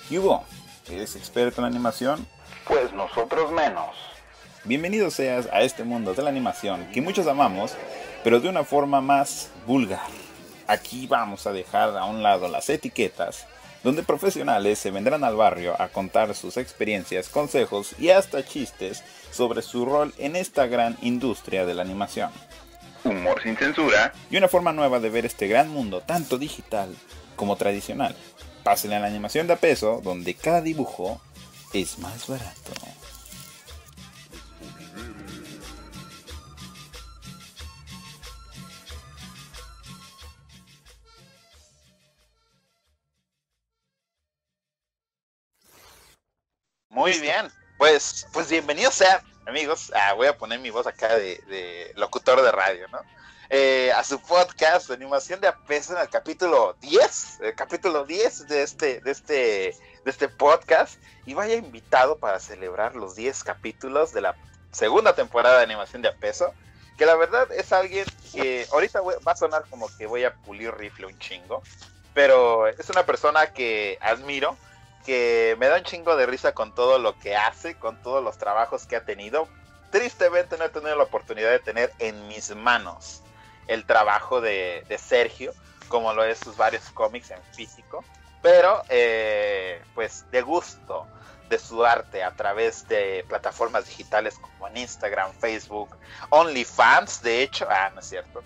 ¿Qué hubo? ¿Eres experto en animación? Pues nosotros menos. Bienvenido seas a este mundo de la animación que muchos amamos, pero de una forma más vulgar. Aquí vamos a dejar a un lado las etiquetas, donde profesionales se vendrán al barrio a contar sus experiencias, consejos y hasta chistes sobre su rol en esta gran industria de la animación. Humor sin censura. Y una forma nueva de ver este gran mundo, tanto digital como tradicional. Pásenle a la animación de a peso, donde cada dibujo es más barato. Muy bien, pues bienvenidos sean, amigos. Voy a poner mi voz acá de locutor de radio, ¿no? A su podcast de animación de a peso en el capítulo 10, de este podcast. Y vaya invitado para celebrar los 10 capítulos de la segunda temporada de animación de a peso. Que la verdad es alguien que ahorita va a sonar como que voy a pulir rifle un chingo. Pero es una persona que admiro, que me da un chingo de risa con todo lo que hace, con todos los trabajos que ha tenido. Tristemente no he tenido la oportunidad de tener en mis manos el trabajo de Sergio, como lo es sus varios cómics en físico, pero pues de gusto de su arte a través de plataformas digitales como en Instagram, Facebook, OnlyFans, de hecho, no es cierto.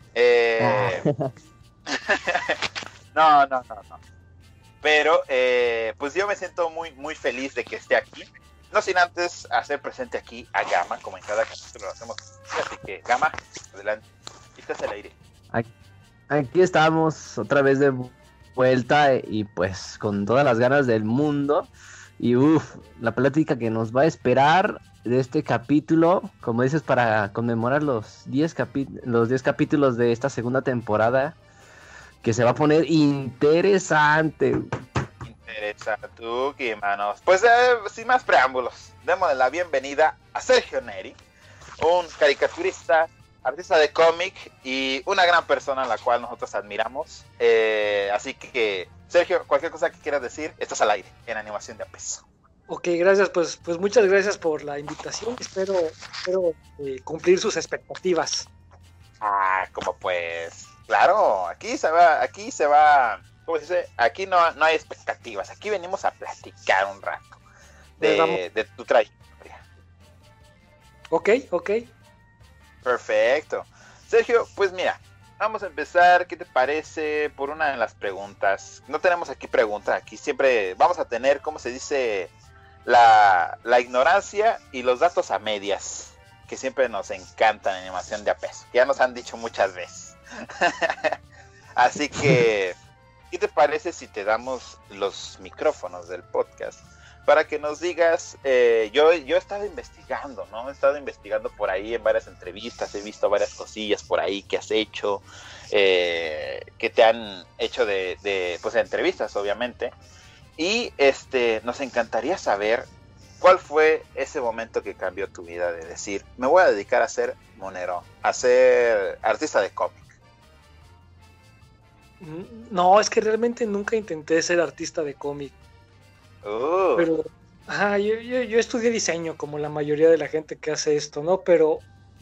No. Pero pues yo me siento muy feliz de que esté aquí. No sin antes hacer presente aquí a Gama, como en cada capítulo lo hacemos. Así que Gama, adelante. Estás al aire. Aquí estamos otra vez de vuelta y pues con todas las ganas del mundo. Y la plática que nos va a esperar de este capítulo, como dices, para conmemorar los 10 capítulos de esta segunda temporada, que se va a poner interesante. Interesante, manos. Pues sin más preámbulos, démosle la bienvenida a Sergio Neri, un caricaturista, artista de cómic y una gran persona a la cual nosotros admiramos. Así que, Sergio, cualquier cosa que quieras decir, estás al aire en animación de a peso. Ok, gracias, pues muchas gracias por la invitación. Espero cumplir sus expectativas. Como pues, claro, aquí se va, ¿cómo se dice? Aquí no hay expectativas, aquí venimos a platicar un rato de tu trayectoria. Ok. Perfecto. Sergio, pues mira, vamos a empezar, ¿qué te parece? Por una de las preguntas. No tenemos aquí preguntas, aquí siempre vamos a tener, ¿cómo se dice? La ignorancia y los datos a medias, que siempre nos encantan en animación de a peso, que ya nos han dicho muchas veces. Así que, ¿qué te parece si te damos los micrófonos del podcast para que nos digas? Yo he estado investigando, ¿no? He estado investigando por ahí en varias entrevistas, he visto varias cosillas por ahí que has hecho, que te han hecho de entrevistas, obviamente. Y nos encantaría saber cuál fue ese momento que cambió tu vida de decir, me voy a dedicar a ser monero, a ser artista de cómic. No, es que realmente nunca intenté ser artista de cómic. Pero yo estudié diseño como la mayoría de la gente que hace esto, ¿no? Pero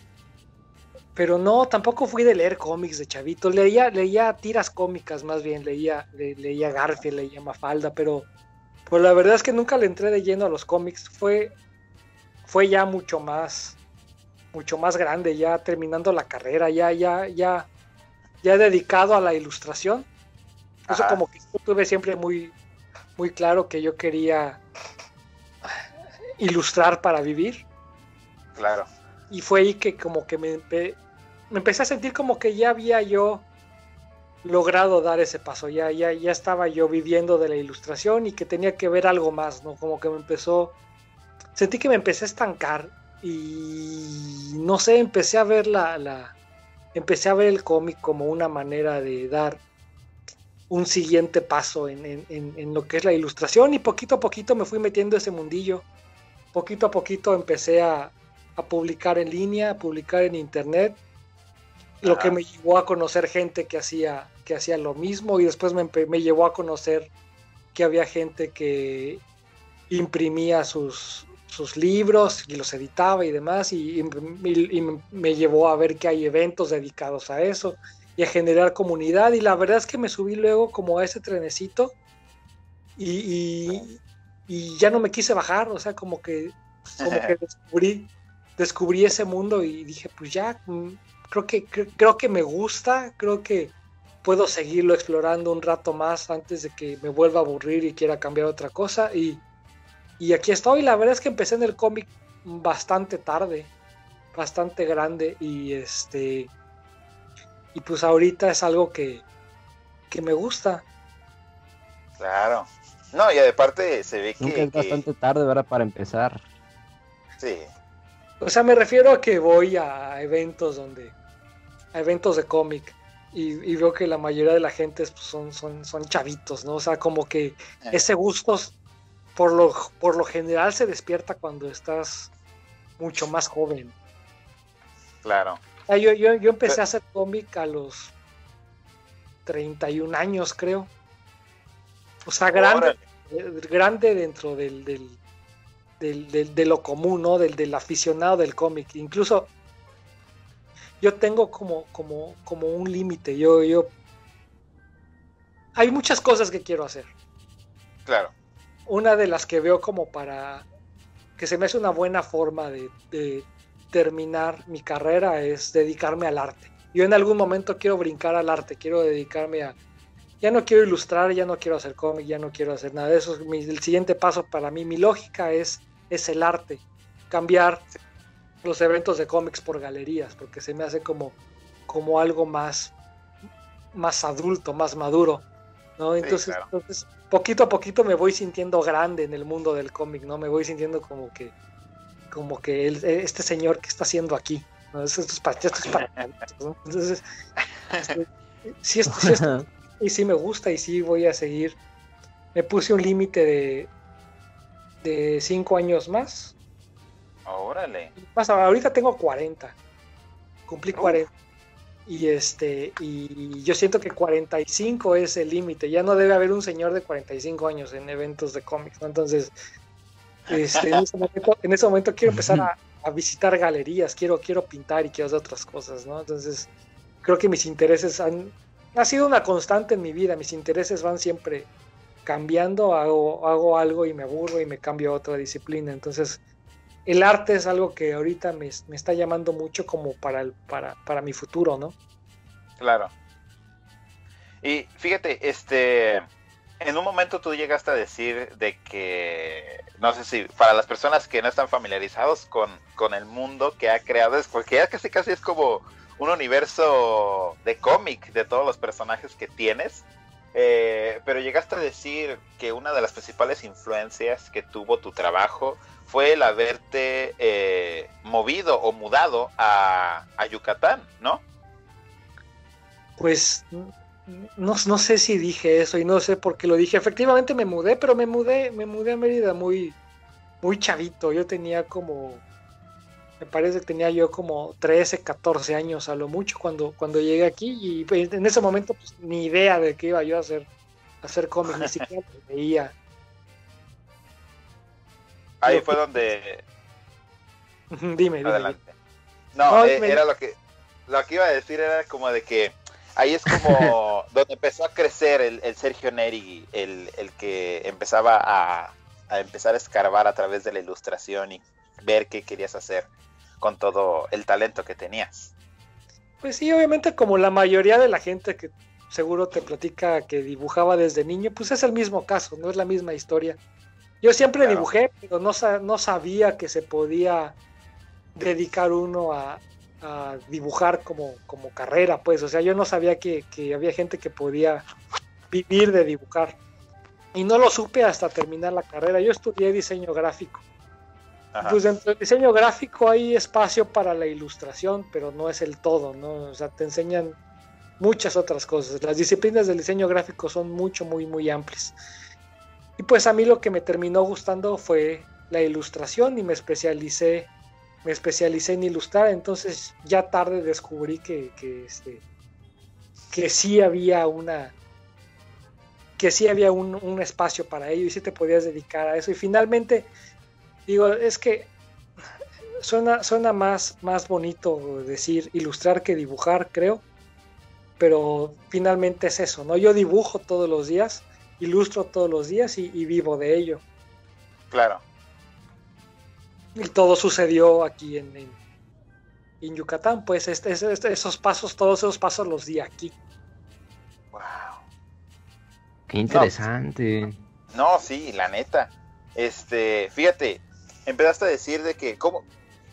no, tampoco fui de leer cómics de chavito. Leía tiras cómicas, más bien, leía Garfield, leía Mafalda, pero pues la verdad es que nunca le entré de lleno a los cómics. Fue ya mucho más grande, ya terminando la carrera, ya dedicado a la ilustración. Eso como que yo tuve siempre muy claro que yo quería ilustrar para vivir. Claro. Y fue ahí que como que me empecé a sentir como que ya había yo logrado dar ese paso, ya estaba yo viviendo de la ilustración y que tenía que ver algo más, ¿no? Como que sentí que me empecé a estancar y no sé, empecé a ver empecé a ver el cómic como una manera de dar un siguiente paso en lo que es la ilustración, y poquito a poquito me fui metiendo ese mundillo. Poquito a poquito empecé a publicar en línea, a publicar en internet, lo que me llevó a conocer gente que hacía lo mismo, y después me llevó a conocer que había gente que imprimía sus libros y los editaba y demás, y me llevó a ver que hay eventos dedicados a eso y a generar comunidad, y la verdad es que me subí luego como a ese trenecito y ya no me quise bajar, o sea, como que descubrí ese mundo y dije, pues ya, creo que me gusta, creo que puedo seguirlo explorando un rato más antes de que me vuelva a aburrir y quiera cambiar otra cosa, y aquí estoy. La verdad es que empecé en el cómic bastante tarde, bastante grande, y pues ahorita es algo que me gusta. Claro. No, y aparte se ve Nunca es bastante tarde, ¿verdad? Para empezar. Sí. O sea, me refiero a que voy a eventos de cómic y veo que la mayoría de la gente pues, son chavitos, ¿no? O sea, como que ese gusto por lo general se despierta cuando estás mucho más joven. Claro. O sea, yo empecé a hacer cómic a los 31 años, creo. O sea, grande dentro de lo común, ¿no? Del aficionado del cómic. Incluso yo tengo como un límite. Hay muchas cosas que quiero hacer. Claro. Una de las que veo como para que se me hace una buena forma de terminar mi carrera es dedicarme al arte. Yo en algún momento quiero brincar al arte, quiero dedicarme a... Ya no quiero ilustrar, ya no quiero hacer cómic, ya no quiero hacer nada de eso. El siguiente paso para mí, mi lógica es el arte. Cambiar los eventos de cómics por galerías, porque se me hace como algo más adulto, más maduro, ¿no? Entonces, sí, claro. Entonces, poquito a poquito me voy sintiendo grande en el mundo del cómic, ¿no? Me voy sintiendo como que este señor que está haciendo aquí, ¿no? Esto es para ¿no? Entonces, sí, y sí me gusta y sí voy a seguir. Me puse un límite de 5 años más. Órale. Ahorita tengo 40. Cumplí 40. Y yo siento que 45 es el límite. Ya no debe haber un señor de 45 años en eventos de cómics, ¿no? Entonces, en ese momento quiero empezar a visitar galerías, quiero pintar y quiero hacer otras cosas, ¿no? Entonces, creo que mis intereses ha sido una constante en mi vida. Mis intereses van siempre cambiando, hago algo y me aburro y me cambio a otra disciplina. Entonces, el arte es algo que ahorita me está llamando mucho como para mi futuro, ¿no? Claro. Y fíjate, en un momento tú llegaste a decir de que, no sé si para las personas que no están familiarizados con el mundo que ha creado, porque ya casi es como un universo de cómic de todos los personajes que tienes, pero llegaste a decir que una de las principales influencias que tuvo tu trabajo fue el haberte movido o mudado a Yucatán, ¿no? Pues no sé si dije eso y no sé por qué lo dije. Efectivamente me mudé, pero me mudé a Mérida muy, muy chavito. Yo tenía me parece que tenía yo como 13, 14 años a lo mucho cuando llegué aquí, y pues, en ese momento pues ni idea de que iba yo a hacer cómics, ni siquiera lo veía. Ahí fue donde... Dime. Adelante. No, era lo que iba a decir, era como de que ahí es como donde empezó a crecer el Sergio Neri, el que empezaba a empezar a escarbar a través de la ilustración y ver qué querías hacer con todo el talento que tenías. Pues sí, obviamente como la mayoría de la gente que seguro te platica que dibujaba desde niño, pues es el mismo caso, no es la misma historia. Yo siempre dibujé, pero no sabía que se podía dedicar uno a dibujar como carrera, pues. O sea, yo no sabía que había gente que podía vivir de dibujar. Y no lo supe hasta terminar la carrera. Yo estudié diseño gráfico. Ajá. Pues dentro del diseño gráfico hay espacio para la ilustración, pero no es el todo, ¿no? O sea, te enseñan muchas otras cosas. Las disciplinas del diseño gráfico son muy, muy amplias. Y pues a mí lo que me terminó gustando fue la ilustración y me especialicé en ilustrar. Entonces ya tarde descubrí que sí había que sí había un espacio para ello y sí te podías dedicar a eso. Y finalmente, digo, es que suena más bonito decir ilustrar que dibujar, creo, pero finalmente es eso, ¿no? Yo dibujo todos los días, ilustro todos los días y vivo de ello. Claro. Y todo sucedió aquí en Yucatán, pues esos pasos, todos esos pasos los di aquí. Wow. Qué interesante. No, sí, la neta. Fíjate, empezaste a decir de que como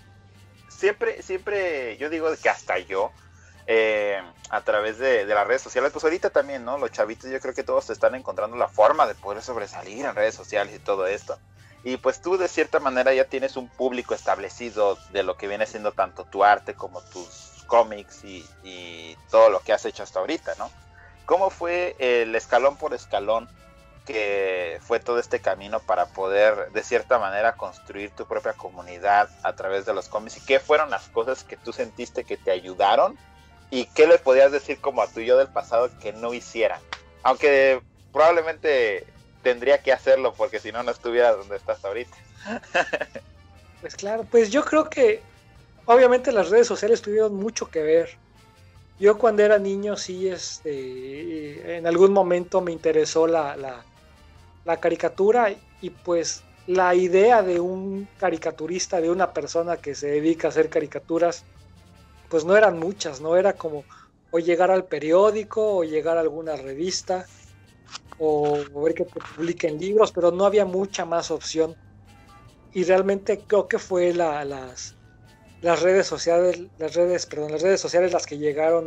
siempre yo digo que hasta yo a través de las redes sociales, pues ahorita también, ¿no? Los chavitos, yo creo que todos están encontrando la forma de poder sobresalir en redes sociales y todo esto. Y pues tú de cierta manera ya tienes un público establecido de lo que viene siendo tanto tu arte como tus cómics y todo lo que has hecho hasta ahorita, ¿no? ¿Cómo fue el escalón por escalón que fue todo este camino para poder de cierta manera construir tu propia comunidad a través de los cómics? ¿Y qué fueron las cosas que tú sentiste que te ayudaron? ¿Y qué le podías decir como a tu yo del pasado que no hiciera? Aunque probablemente tendría que hacerlo porque si no, no estuviera donde estás ahorita. Pues claro, pues yo creo que obviamente las redes sociales tuvieron mucho que ver. Yo cuando era niño sí, en algún momento me interesó la caricatura y pues la idea de un caricaturista, de una persona que se dedica a hacer caricaturas, pues no eran muchas, ¿no? Era como o llegar al periódico o llegar a alguna revista o ver que te publiquen libros, pero no había mucha más opción. Y realmente creo que fue las redes sociales, las redes sociales las que llegaron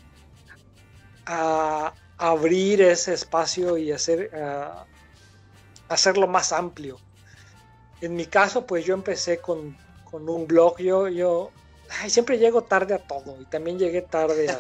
a abrir ese espacio y hacerlo más amplio. En mi caso, pues yo empecé con un blog. Yo siempre llego tarde a todo y también llegué tarde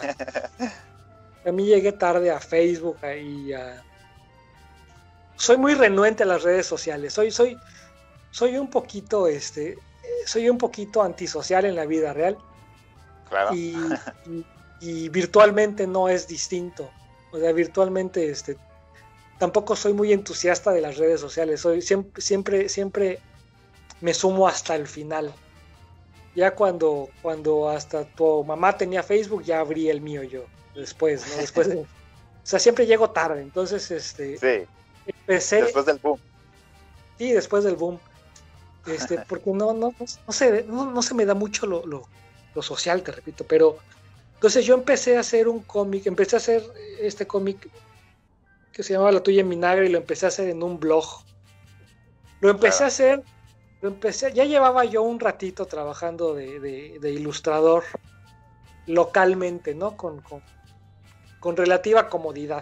a Facebook y soy muy renuente a las redes sociales. Soy un poquito antisocial en la vida real. Claro. Y virtualmente no es distinto. O sea, virtualmente tampoco soy muy entusiasta de las redes sociales. Siempre me sumo hasta el final. Ya cuando hasta tu mamá tenía Facebook, ya abrí el mío yo. Después, ¿no? O sea, siempre llego tarde. Entonces, sí. Empecé. Después del boom. Sí, después del boom. Porque no se me da mucho lo social, te repito, pero entonces yo empecé a hacer un cómic, empecé a hacer este cómic que se llamaba La Tuya en Vinagre y lo empecé a hacer en un blog. Lo empecé a hacer, ya llevaba yo un ratito trabajando de ilustrador localmente, ¿no? Con relativa comodidad.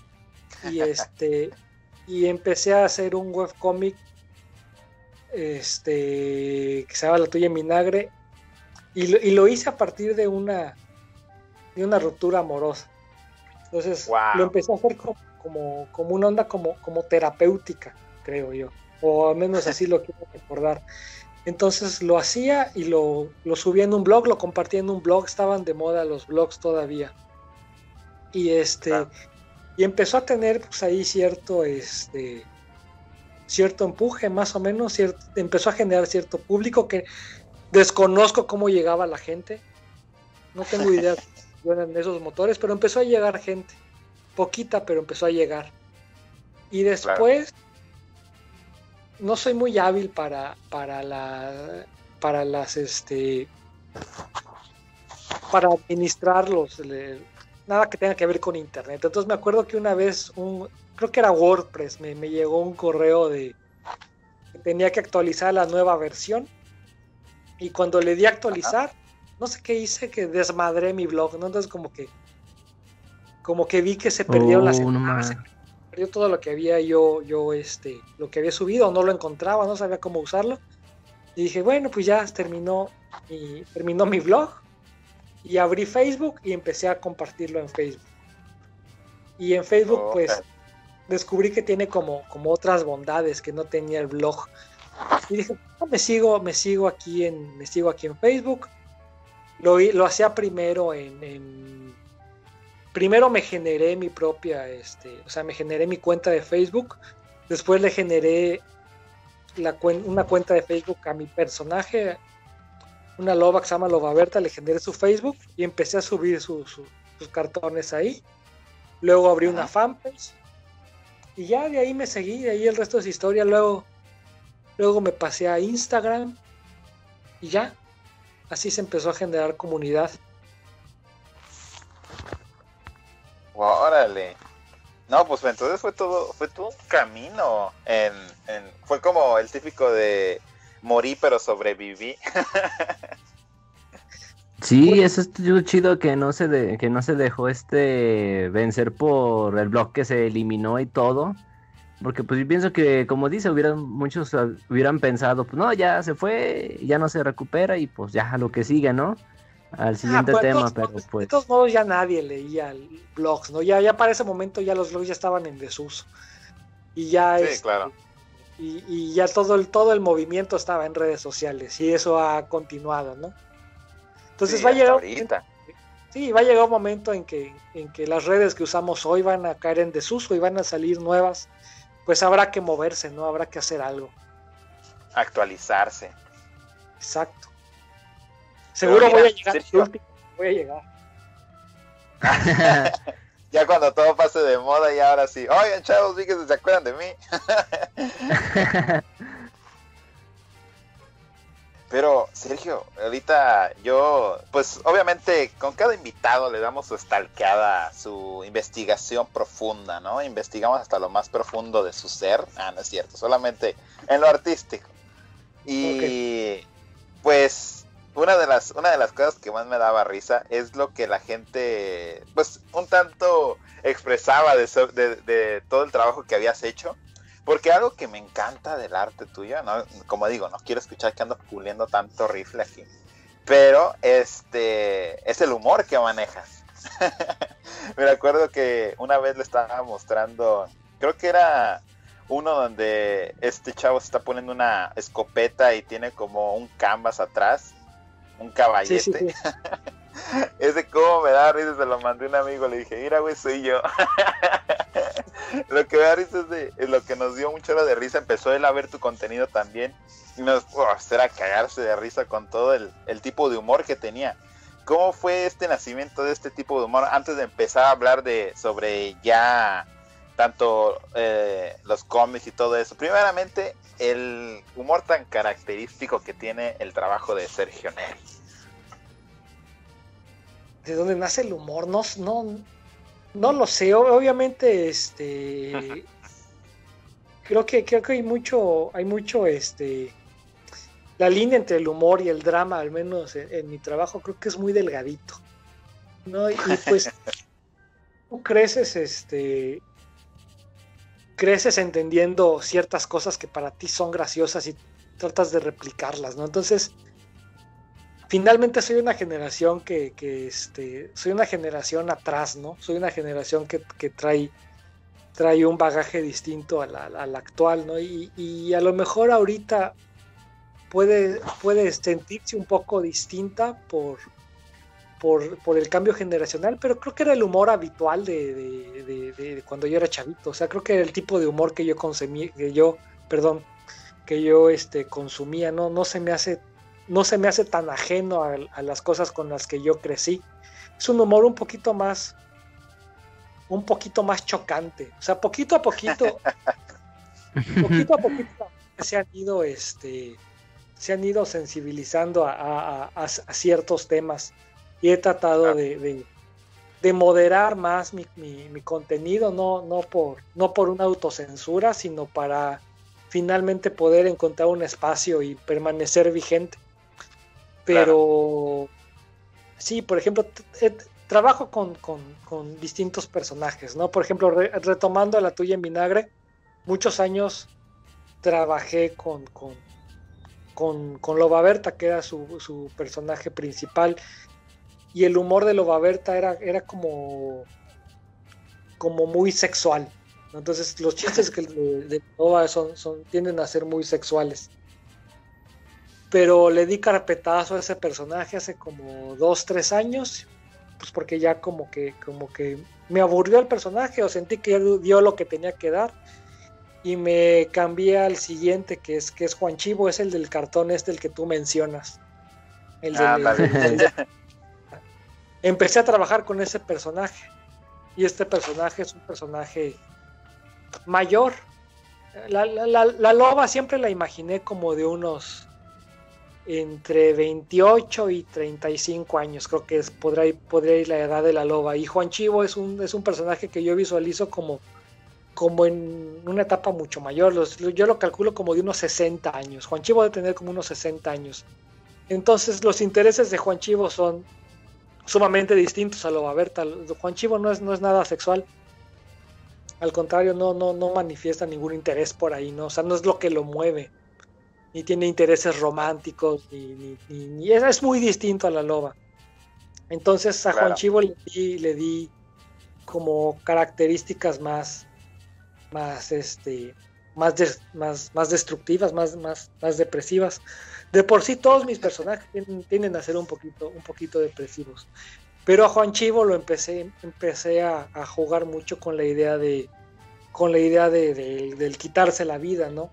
Y empecé a hacer un webcómic que se llama La Tuya en Vinagre y lo hice a partir de una ruptura amorosa. Entonces lo empecé a hacer como una onda como terapéutica, creo yo, o al menos así lo quiero recordar. Entonces lo hacía y lo subía en un blog, lo compartía en un blog. Estaban de moda los blogs todavía y y empezó a tener pues ahí cierto empuje, más o menos, empezó a generar cierto público que desconozco cómo llegaba la gente, no tengo idea en esos motores, pero empezó a llegar gente, poquita, pero empezó a llegar. Y después no soy muy hábil para administrar nada que tenga que ver con internet. Entonces me acuerdo que una vez creo que era WordPress, me llegó un correo que tenía que actualizar la nueva versión y cuando le di a actualizar, no sé qué hice, que desmadré mi blog, ¿no? Entonces como que vi que se perdieron las entradas, se perdió todo lo que había lo que había subido, no lo encontraba, no sabía cómo usarlo y dije, bueno, pues ya terminó mi blog y abrí Facebook y empecé a compartirlo en Facebook. Y en Facebook pues descubrí que tiene como otras bondades que no tenía el blog. Y dije, me sigo aquí en Facebook. Lo hacía primero en primero me generé mi propia, o sea, me generé mi cuenta de Facebook, después le generé una cuenta de Facebook a mi personaje, una loba que se llama Loba Berta, le generé su Facebook y empecé a subir sus cartones ahí. Luego abrí una fanpage y ya de ahí me seguí, de ahí el resto es historia. Luego me pasé a Instagram y ya, así se empezó a generar comunidad. Órale. No, pues entonces fue todo un camino. Fue como el típico de morí pero sobreviví. Sí, eso es lo chido que no se dejó vencer por el blog que se eliminó y todo. Porque pues yo pienso que, como dice, muchos hubieran pensado, pues no, ya se fue, ya no se recupera y pues ya lo que sigue, ¿no? Al siguiente tema, pero pues... De todos modos ya nadie leía blogs, ¿no? Ya para ese momento ya los blogs ya estaban en desuso. Y ya sí, claro. Y ya todo el movimiento estaba en redes sociales y eso ha continuado, ¿no? Entonces sí, va a llegar ahorita. Sí, va a llegar un momento en que las redes que usamos hoy van a caer en desuso y van a salir nuevas. Pues habrá que moverse, ¿no? Habrá que hacer algo. Actualizarse. Exacto. Seguro mira, voy a llegar. Sergio, voy a llegar. Ya cuando todo pase de moda y ahora sí. Oigan, chavos, fíjense, ¿se acuerdan de mí? Pero, Sergio, ahorita yo, pues obviamente con cada invitado le damos su stalkeada, su investigación profunda, ¿no? Investigamos hasta lo más profundo de su ser. No es cierto, solamente en lo artístico. Y pues una de las cosas que más me daba risa es lo que la gente, pues un tanto expresaba de todo el trabajo que habías hecho. Porque algo que me encanta del arte tuyo, ¿no? Como digo, no quiero escuchar que ando puliendo tanto rifle aquí, pero es el humor que manejas. Me acuerdo que una vez le estaba mostrando, creo que era uno donde este chavo se está poniendo una escopeta y tiene como un canvas atrás, un caballete. Sí. Ese como me da risa, se lo mandé a un amigo, le dije, mira güey, soy yo. Lo que me da risa es lo que nos dio mucho de risa, empezó él a ver tu contenido también y era cagarse de risa con todo el tipo de humor que tenía. ¿Cómo fue este nacimiento de este tipo de humor antes de empezar a hablar sobre ya tanto los cómics y todo eso? Primeramente, el humor tan característico que tiene el trabajo de Sergio Neri. ¿De dónde nace el humor? No lo sé, obviamente creo que hay mucho la línea entre el humor y el drama, al menos en mi trabajo, creo que es muy delgadito, ¿no? Y pues tú creces entendiendo ciertas cosas que para ti son graciosas y tratas de replicarlas, ¿no? Entonces finalmente soy una generación soy una generación atrás, ¿no? Soy una generación que trae un bagaje distinto a la actual, ¿no? Y a lo mejor ahorita puede sentirse un poco distinta por el cambio generacional, pero creo que era el humor habitual de cuando yo era chavito. O sea, creo que era el tipo de humor que yo consumía, que yo consumía, no se me hace tan ajeno a las cosas con las que yo crecí. Es un humor un poquito más chocante. O sea, poquito a poquito se han ido sensibilizando a ciertos temas y he tratado de moderar más mi contenido, no por una autocensura, sino para finalmente poder encontrar un espacio y permanecer vigente. Pero sí, por ejemplo, trabajo con distintos personajes, ¿no? Por ejemplo, retomando La tuya en vinagre, muchos años trabajé con Loba Berta, que era su personaje principal, y el humor de Loba Berta era como muy sexual, ¿no? Entonces los chistes de Loba tienden a ser muy sexuales. Pero le di carpetazo a ese personaje hace como 2-3 años pues porque ya como que me aburrió el personaje o sentí que dio lo que tenía que dar y me cambié al siguiente que es Juan Chivo, es el del cartón el que tú mencionas. Empecé a trabajar con ese personaje y este personaje es un personaje mayor. La loba siempre la imaginé como de unos entre 28 y 35 años, creo que podría ir la edad de la loba, y Juan Chivo es un personaje que yo visualizo como en una etapa mucho mayor. Yo lo calculo como de unos 60 años. Juan Chivo debe tener como unos 60 años. Entonces los intereses de Juan Chivo son sumamente distintos a Loba Berta. Juan Chivo no es nada sexual. Al contrario, no manifiesta ningún interés por ahí, ¿no? O sea, no es lo que lo mueve. Ni tiene intereses románticos, ni es muy distinto a la loba. Entonces a Juan Chivo le di como características más destructivas, más depresivas. De por sí todos mis personajes tienden a ser un poquito depresivos. Pero a Juan Chivo lo empecé a jugar mucho con la idea del quitarse la vida, ¿no?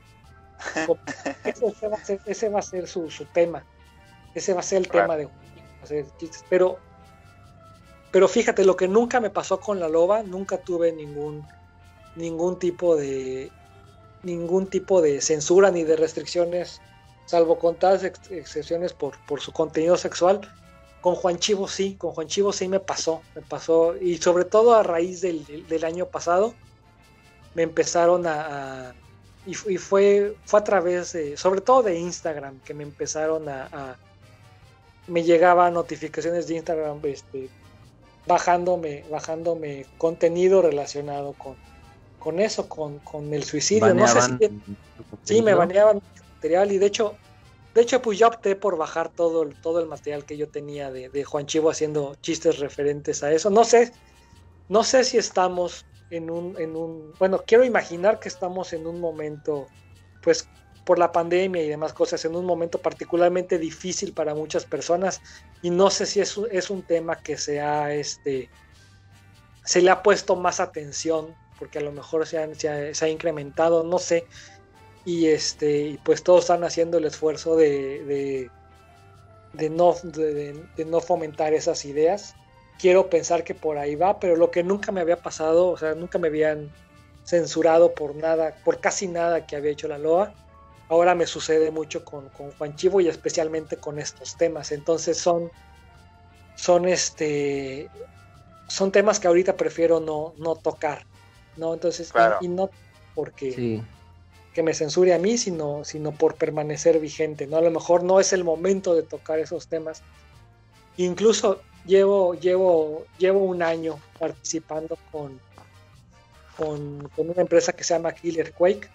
Ese va a ser su tema. Ese va a ser el tema de Juan Chivo. Pero fíjate, lo que nunca me pasó con la loba, nunca tuve ningún tipo de censura ni de restricciones, salvo contadas excepciones por su contenido sexual. Con Juan Chivo sí me pasó, y sobre todo a raíz del año pasado me empezaron y fue a través sobre todo de Instagram, que me empezaron me llegaban notificaciones de Instagram bajándome contenido relacionado con eso, con el suicidio. Baneaban, no sé si me baneaban material, y de hecho pues yo opté por bajar todo el material que yo tenía de Juan Chivo haciendo chistes referentes a eso. No sé si estamos bueno, quiero imaginar que estamos en un momento, pues por la pandemia y demás cosas, en un momento particularmente difícil para muchas personas, y no sé si es un tema que se le ha puesto más atención, porque a lo mejor se ha incrementado, no sé, y pues todos están haciendo el esfuerzo de no fomentar esas ideas. Quiero pensar que por ahí va, pero lo que nunca me había pasado, o sea, nunca me habían censurado por casi nada que había hecho la loa. Ahora me sucede mucho con Juan Chivo, y especialmente con estos temas. Entonces son temas que ahorita prefiero no tocar, ¿no? Entonces, claro. y no porque que me censure a mí, sino por permanecer vigente, ¿no? A lo mejor no es el momento de tocar esos temas. Incluso llevo un año participando con una empresa que se llama Killer Quake,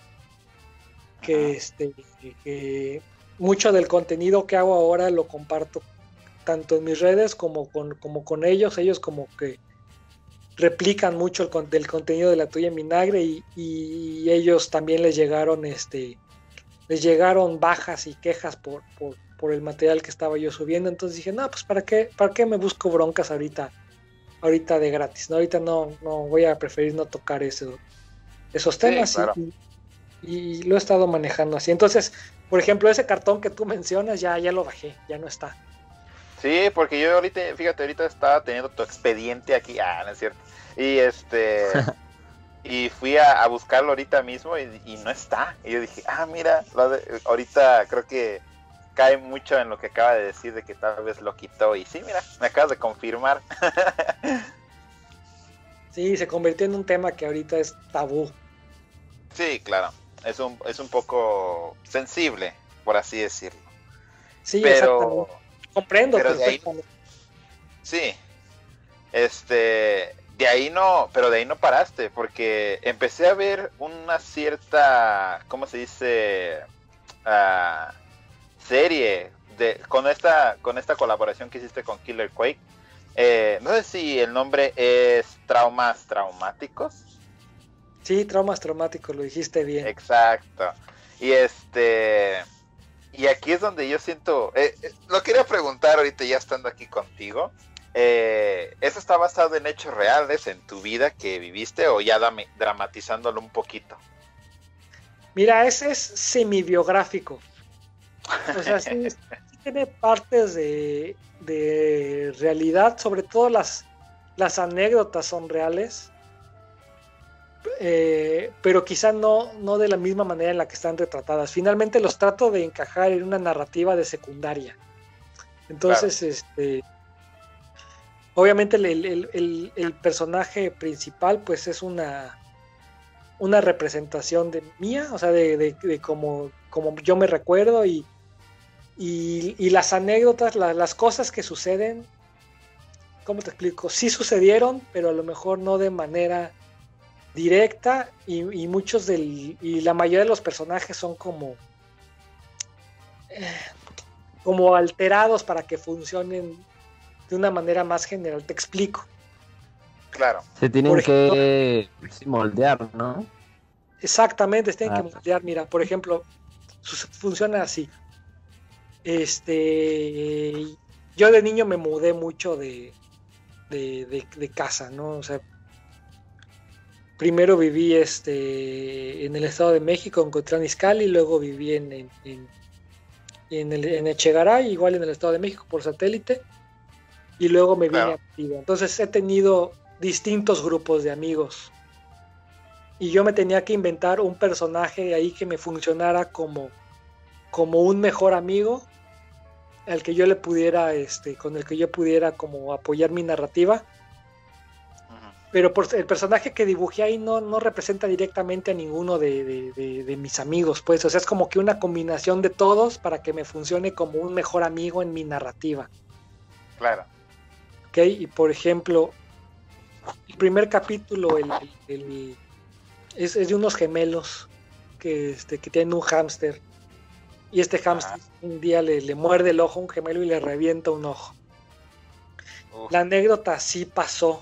que mucho del contenido que hago ahora lo comparto tanto en mis redes como con ellos. Ellos como que replican mucho del contenido de La Tuya en Vinagre, y ellos también les llegaron bajas y quejas por el material que estaba yo subiendo. Entonces dije, no, pues ¿para qué me busco broncas ahorita de gratis? ¿No? Ahorita no voy a preferir no tocar esos temas. Sí, claro. Y lo he estado manejando así. Entonces, por ejemplo, ese cartón que tú mencionas ya lo bajé, ya no está. Sí, porque yo ahorita estaba teniendo tu expediente aquí, no es cierto, y y fui a buscarlo ahorita mismo y no está, y yo dije, mira, ahorita creo que cae mucho en lo que acaba de decir, de que tal vez lo quitó, y sí, mira, me acabas de confirmar. Sí, se convirtió en un tema que ahorita es tabú. Sí, claro, es un poco sensible, por así decirlo. Sí, pero comprendo, pero perfectamente. Sí, de ahí no paraste, porque empecé a ver una cierta, ¿cómo se dice? Serie con esta colaboración que hiciste con Killer Quake. No sé si el nombre es Traumas Traumáticos. Sí, Traumas Traumáticos, lo dijiste bien. Exacto. Y y aquí es donde yo siento, lo quería preguntar ahorita ya estando aquí contigo, ¿eso está basado en hechos reales en tu vida que viviste o ya dramatizándolo un poquito? Mira, ese es semi-biográfico. O sea, sí tiene partes de realidad, sobre todo las anécdotas son reales, pero quizá no de la misma manera en la que están retratadas. Finalmente los trato de encajar en una narrativa de secundaria. Entonces, claro. Obviamente el personaje principal pues es una representación de mía, o sea, de como yo me recuerdo y las anécdotas, las cosas que suceden, ¿cómo te explico? Sí sucedieron, pero a lo mejor no de manera directa y la mayoría de los personajes son como alterados para que funcionen de una manera más general. Te explico. Claro. Se tienen que moldear, ¿no? Exactamente, se tienen que moldear. Mira, por ejemplo, funciona así. Yo de niño me mudé mucho de casa, ¿no? O sea, primero viví en el Estado de México, en Cotlán Izcalli, y luego viví en Echegaray, igual en el Estado de México por satélite, y luego me vine a Mérida. Entonces he tenido distintos grupos de amigos y yo me tenía que inventar un personaje ahí que me funcionara como un mejor amigo al que yo le pudiera con el que yo pudiera como apoyar mi narrativa. Pero el personaje que dibujé ahí no representa directamente a ninguno de mis amigos, pues, o sea, es como que una combinación de todos para que me funcione como un mejor amigo en mi narrativa. Claro. Ok, y por ejemplo, el primer capítulo es de unos gemelos que tienen un hámster, y este hámster un día le muerde el ojo a un gemelo y le revienta un ojo. La anécdota sí pasó.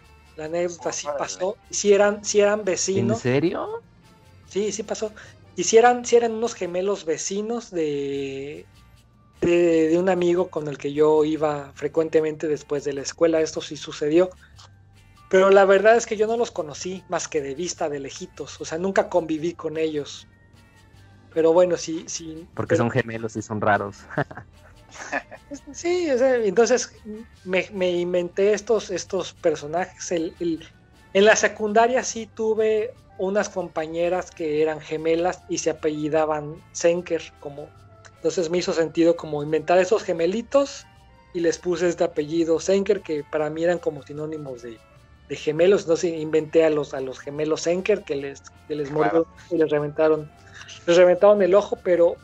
Y si eran vecinos. ¿En serio? Sí pasó. Y si eran unos gemelos vecinos de un amigo con el que yo iba frecuentemente después de la escuela. Esto sí sucedió. Pero la verdad es que yo no los conocí más que de vista, de lejitos. O sea, nunca conviví con ellos. Pero bueno, sí. Porque son gemelos y son raros. Sí, o sea, entonces me inventé estos personajes. En la secundaria sí tuve unas compañeras que eran gemelas y se apellidaban Senker, entonces me hizo sentido como inventar esos gemelitos y les puse este apellido Senker, que para mí eran como sinónimos de gemelos. Entonces inventé a los gemelos Senker que les mordió y les reventaron el ojo, pero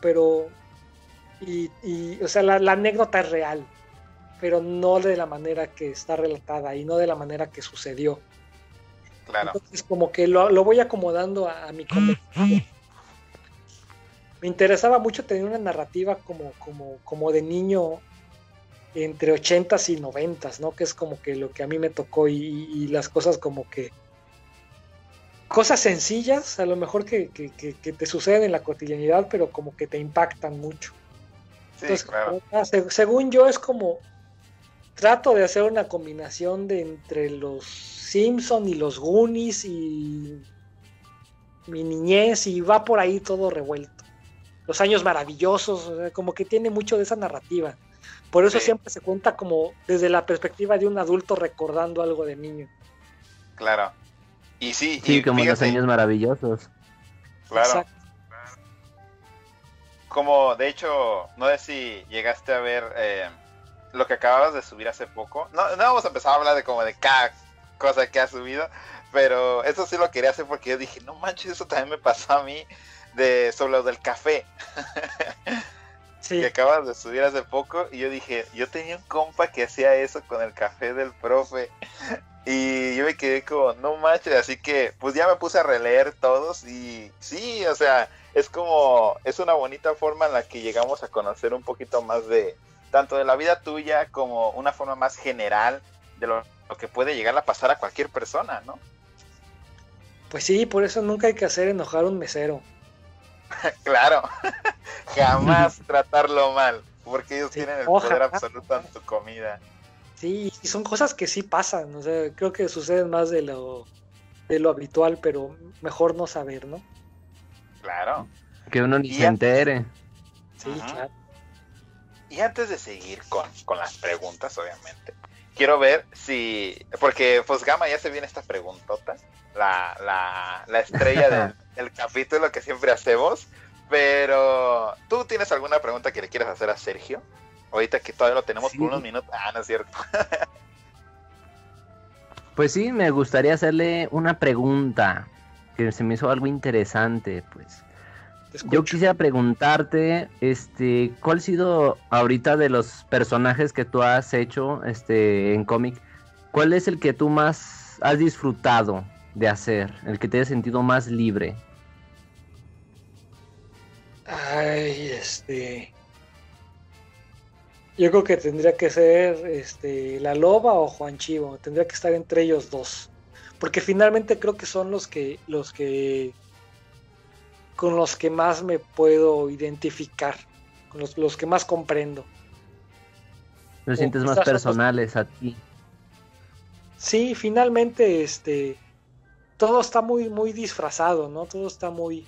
o sea, la anécdota es real, pero no de la manera que está relatada y no de la manera que sucedió. Claro. Entonces como que lo voy acomodando a mi conversación. Me interesaba mucho tener una narrativa como de niño entre 80s y 90s, ¿no? Que es como que lo que a mí me tocó y las cosas como que cosas sencillas, a lo mejor que te suceden en la cotidianidad, pero como que te impactan mucho. Sí, entonces, claro. Según yo es como trato de hacer una combinación de entre los Simpson y los Goonies y mi niñez, y va por ahí todo revuelto. Los años maravillosos, o sea, como que tiene mucho de esa narrativa. Por eso siempre se cuenta como desde la perspectiva de un adulto recordando algo de niño. Claro. Y sí, como fíjate, los años maravillosos. Claro. Exacto. Como, de hecho, no sé si llegaste a ver lo que acababas de subir hace poco. No vamos a empezar a hablar de cada cosa que has subido, pero eso sí lo quería hacer porque yo dije, no manches, eso también me pasó a mí sobre lo del café. Sí. Que acabas de subir hace poco, y yo dije, yo tenía un compa que hacía eso con el café del profe. Y yo me quedé como, no manches, así que pues ya me puse a releer todos y sí, o sea, es una bonita forma en la que llegamos a conocer un poquito más de, tanto de la vida tuya como una forma más general de lo que puede llegar a pasar a cualquier persona, ¿no? Pues sí, por eso nunca hay que hacer enojar a un mesero. Claro, jamás tratarlo mal, porque ellos tienen el poder absoluto en tu comida. Sí, y son cosas que sí pasan, o sea, creo que suceden más de lo habitual, pero mejor no saber, ¿no? Claro. Que uno ni Y se entere. Sí, Ajá. claro. Y antes de seguir con las preguntas, obviamente, quiero ver si, porque pues Gama ya se viene esta preguntota, la estrella del capítulo que siempre hacemos, pero ¿tú tienes alguna pregunta que le quieras hacer a Sergio? Ahorita que todavía lo tenemos por Sí. unos minutos. Ah, no es cierto. Pues sí, me gustaría hacerle una pregunta que se me hizo algo interesante, pues. Te Yo escucho. quisiera preguntarte, ¿cuál ha sido ahorita de los personajes que tú has hecho, en cómic, cuál es el que tú más has disfrutado de hacer, el que te hayas sentido más libre? Ay, yo creo que tendría que ser la Loba o Juan Chivo, tendría que estar entre ellos dos. Porque finalmente creo que son los que con los que más me puedo identificar, con los que más comprendo. Los sientes más quizás otros- personales a ti. Sí, finalmente todo está muy muy disfrazado, ¿no? Todo está muy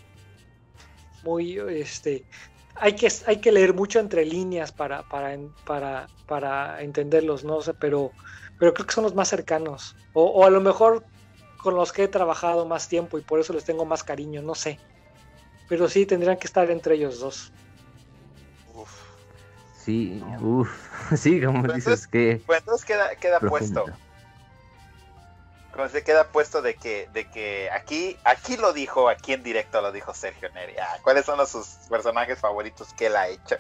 hay que leer mucho entre líneas para entenderlos, ¿no? O sea, pero creo que son los más cercanos. O a lo mejor con los que he trabajado más tiempo y por eso les tengo más cariño, no sé. Pero sí, tendrían que estar entre ellos dos. Uf. Sí, sí, como Pues dices, que Pues entonces queda puesto. Como se queda puesto de que aquí lo dijo, aquí en directo lo dijo Sergio Neri. ¿Cuáles son sus personajes favoritos que él ha hecho?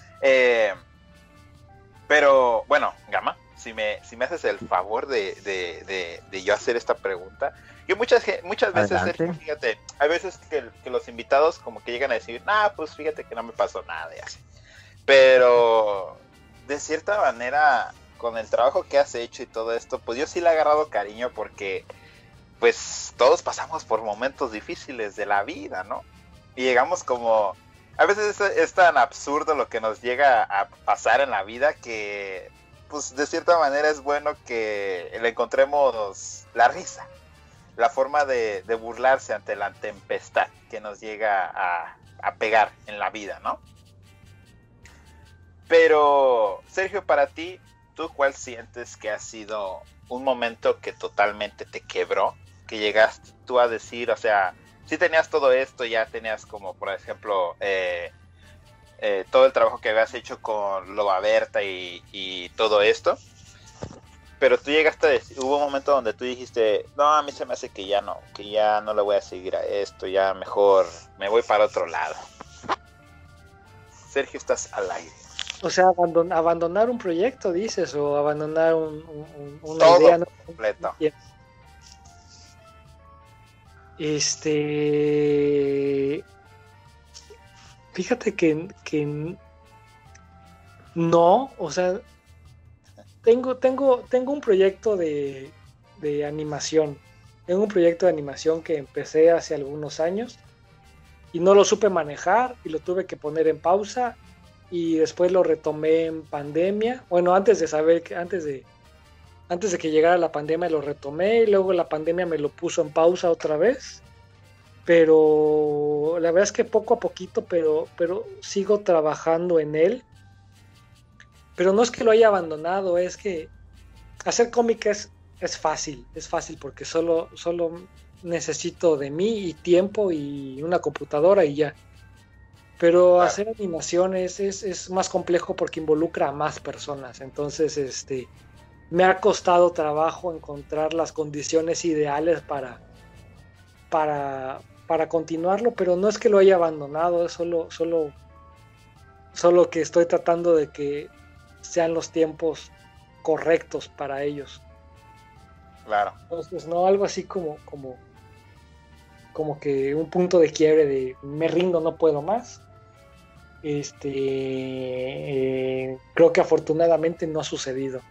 Pero bueno, Gama, si me haces el favor de yo hacer esta pregunta, que muchas veces, Adelante. Sergio, fíjate, hay veces que los invitados como que llegan a decir, pues fíjate que no me pasó nada y así. Pero de cierta manera, con el trabajo que has hecho y todo esto, pues yo sí le he agarrado cariño porque pues todos pasamos por momentos difíciles de la vida, ¿no? Y llegamos como... A veces es tan absurdo lo que nos llega a pasar en la vida que pues de cierta manera es bueno que le encontremos la risa, la forma de burlarse ante la tempestad que nos llega a pegar en la vida, ¿no? Pero, Sergio, para ti, ¿tú cuál sientes que ha sido un momento que totalmente te quebró? Que llegaste tú a decir, o sea, sí tenías todo esto, ya tenías como, por ejemplo, todo el trabajo que habías hecho con Loba Berta y todo esto, pero tú llegaste a decir, hubo un momento donde tú dijiste, no, a mí se me hace que ya no le voy a seguir a esto, ya mejor me voy para otro lado. Sergio, estás al aire. O sea, abandonar un proyecto, dices, o abandonar una Todo idea, ¿no? completo. Fíjate que no, o sea, tengo un proyecto de animación. Tengo un proyecto de animación que empecé hace algunos años y no lo supe manejar y lo tuve que poner en pausa y después lo retomé en pandemia. Bueno, antes de que llegara la pandemia lo retomé y luego la pandemia me lo puso en pausa otra vez. Pero la verdad es que poco a poquito, pero sigo trabajando en él. Pero no es que lo haya abandonado, es que hacer cómic es fácil porque solo necesito de mí y tiempo y una computadora y ya. Pero hacer animaciones es más complejo porque involucra a más personas. Entonces, me ha costado trabajo encontrar las condiciones ideales para continuarlo, pero no es que lo haya abandonado, es solo que estoy tratando de que sean los tiempos correctos para ellos. Claro. Entonces, no, algo así como que un punto de quiebre de me rindo, no puedo más. Creo que afortunadamente no ha sucedido.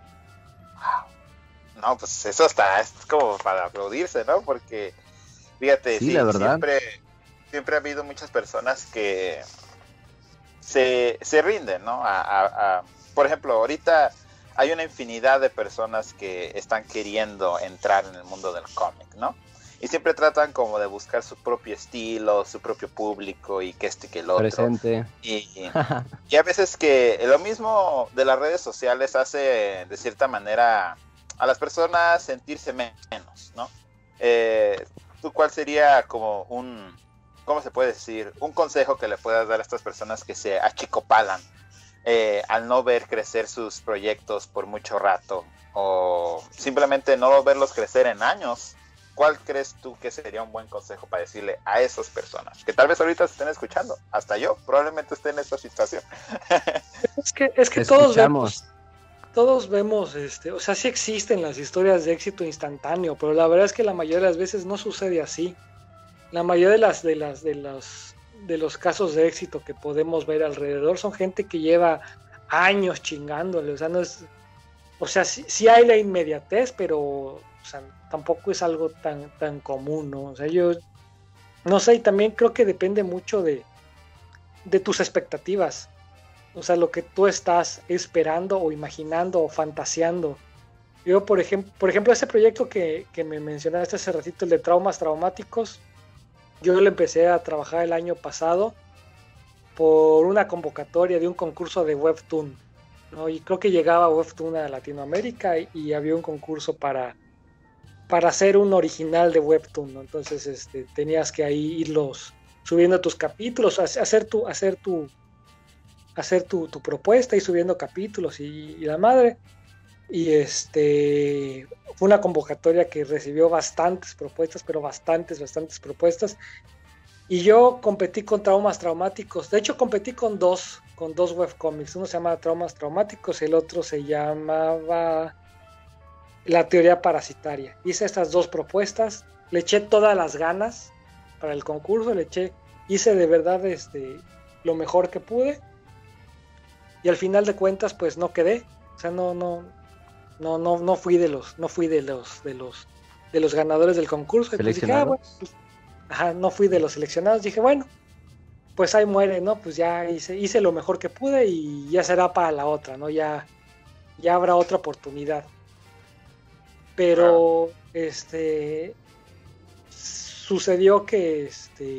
No, pues eso es como para aplaudirse, ¿no? Porque, fíjate, sí, la verdad. Siempre ha habido muchas personas que se rinden, ¿no? Por ejemplo, ahorita hay una infinidad de personas que están queriendo entrar en el mundo del cómic, ¿no? Y siempre tratan como de buscar su propio estilo, su propio público y que este y que el otro. Presente. Y a veces que lo mismo de las redes sociales hace de cierta manera a las personas sentirse menos, ¿no? ¿Tú cuál sería como ¿cómo se puede decir? Un consejo que le puedas dar a estas personas que se achicopalan al no ver crecer sus proyectos por mucho rato o simplemente no verlos crecer en años? ¿Cuál crees tú que sería un buen consejo para decirle a esas personas que tal vez ahorita se estén escuchando? Hasta yo probablemente esté en esta situación. Es que todos vemos, o sea, sí existen las historias de éxito instantáneo, pero la verdad es que la mayoría de las veces no sucede así. La mayoría de los casos de éxito que podemos ver alrededor son gente que lleva años chingándole, o sea, no es, o sea, sí hay la inmediatez, pero, o sea, tampoco es algo tan común, ¿no? O sea, yo no sé, y también creo que depende mucho de tus expectativas, o sea, lo que tú estás esperando o imaginando o fantaseando. Yo, por ejemplo, ese proyecto que me mencionaste hace ratito, el de traumas traumáticos, yo lo empecé a trabajar el año pasado por una convocatoria de un concurso de Webtoon, ¿no? Y creo que llegaba Webtoon a Latinoamérica y había un concurso para hacer un original de Webtoon, ¿no? Entonces tenías que ahí irlos subiendo tus capítulos, hacer tu propuesta y subiendo capítulos y la madre. Y fue una convocatoria que recibió bastantes propuestas, pero bastantes propuestas. Y yo competí con Traumas Traumáticos. De hecho, competí con dos webcomics. Uno se llama Traumas Traumáticos, el otro se llamaba La Teoría Parasitaria. Hice estas dos propuestas, le eché todas las ganas para el concurso, hice de verdad lo mejor que pude. Y al final de cuentas, pues no quedé. O sea, no fui de los ganadores del concurso. Y pues dije, no fui de los seleccionados. Dije, bueno, pues ahí muere, ¿no? Pues ya hice lo mejor que pude y ya será para la otra, ¿no? Ya habrá otra oportunidad. Pero sucedió que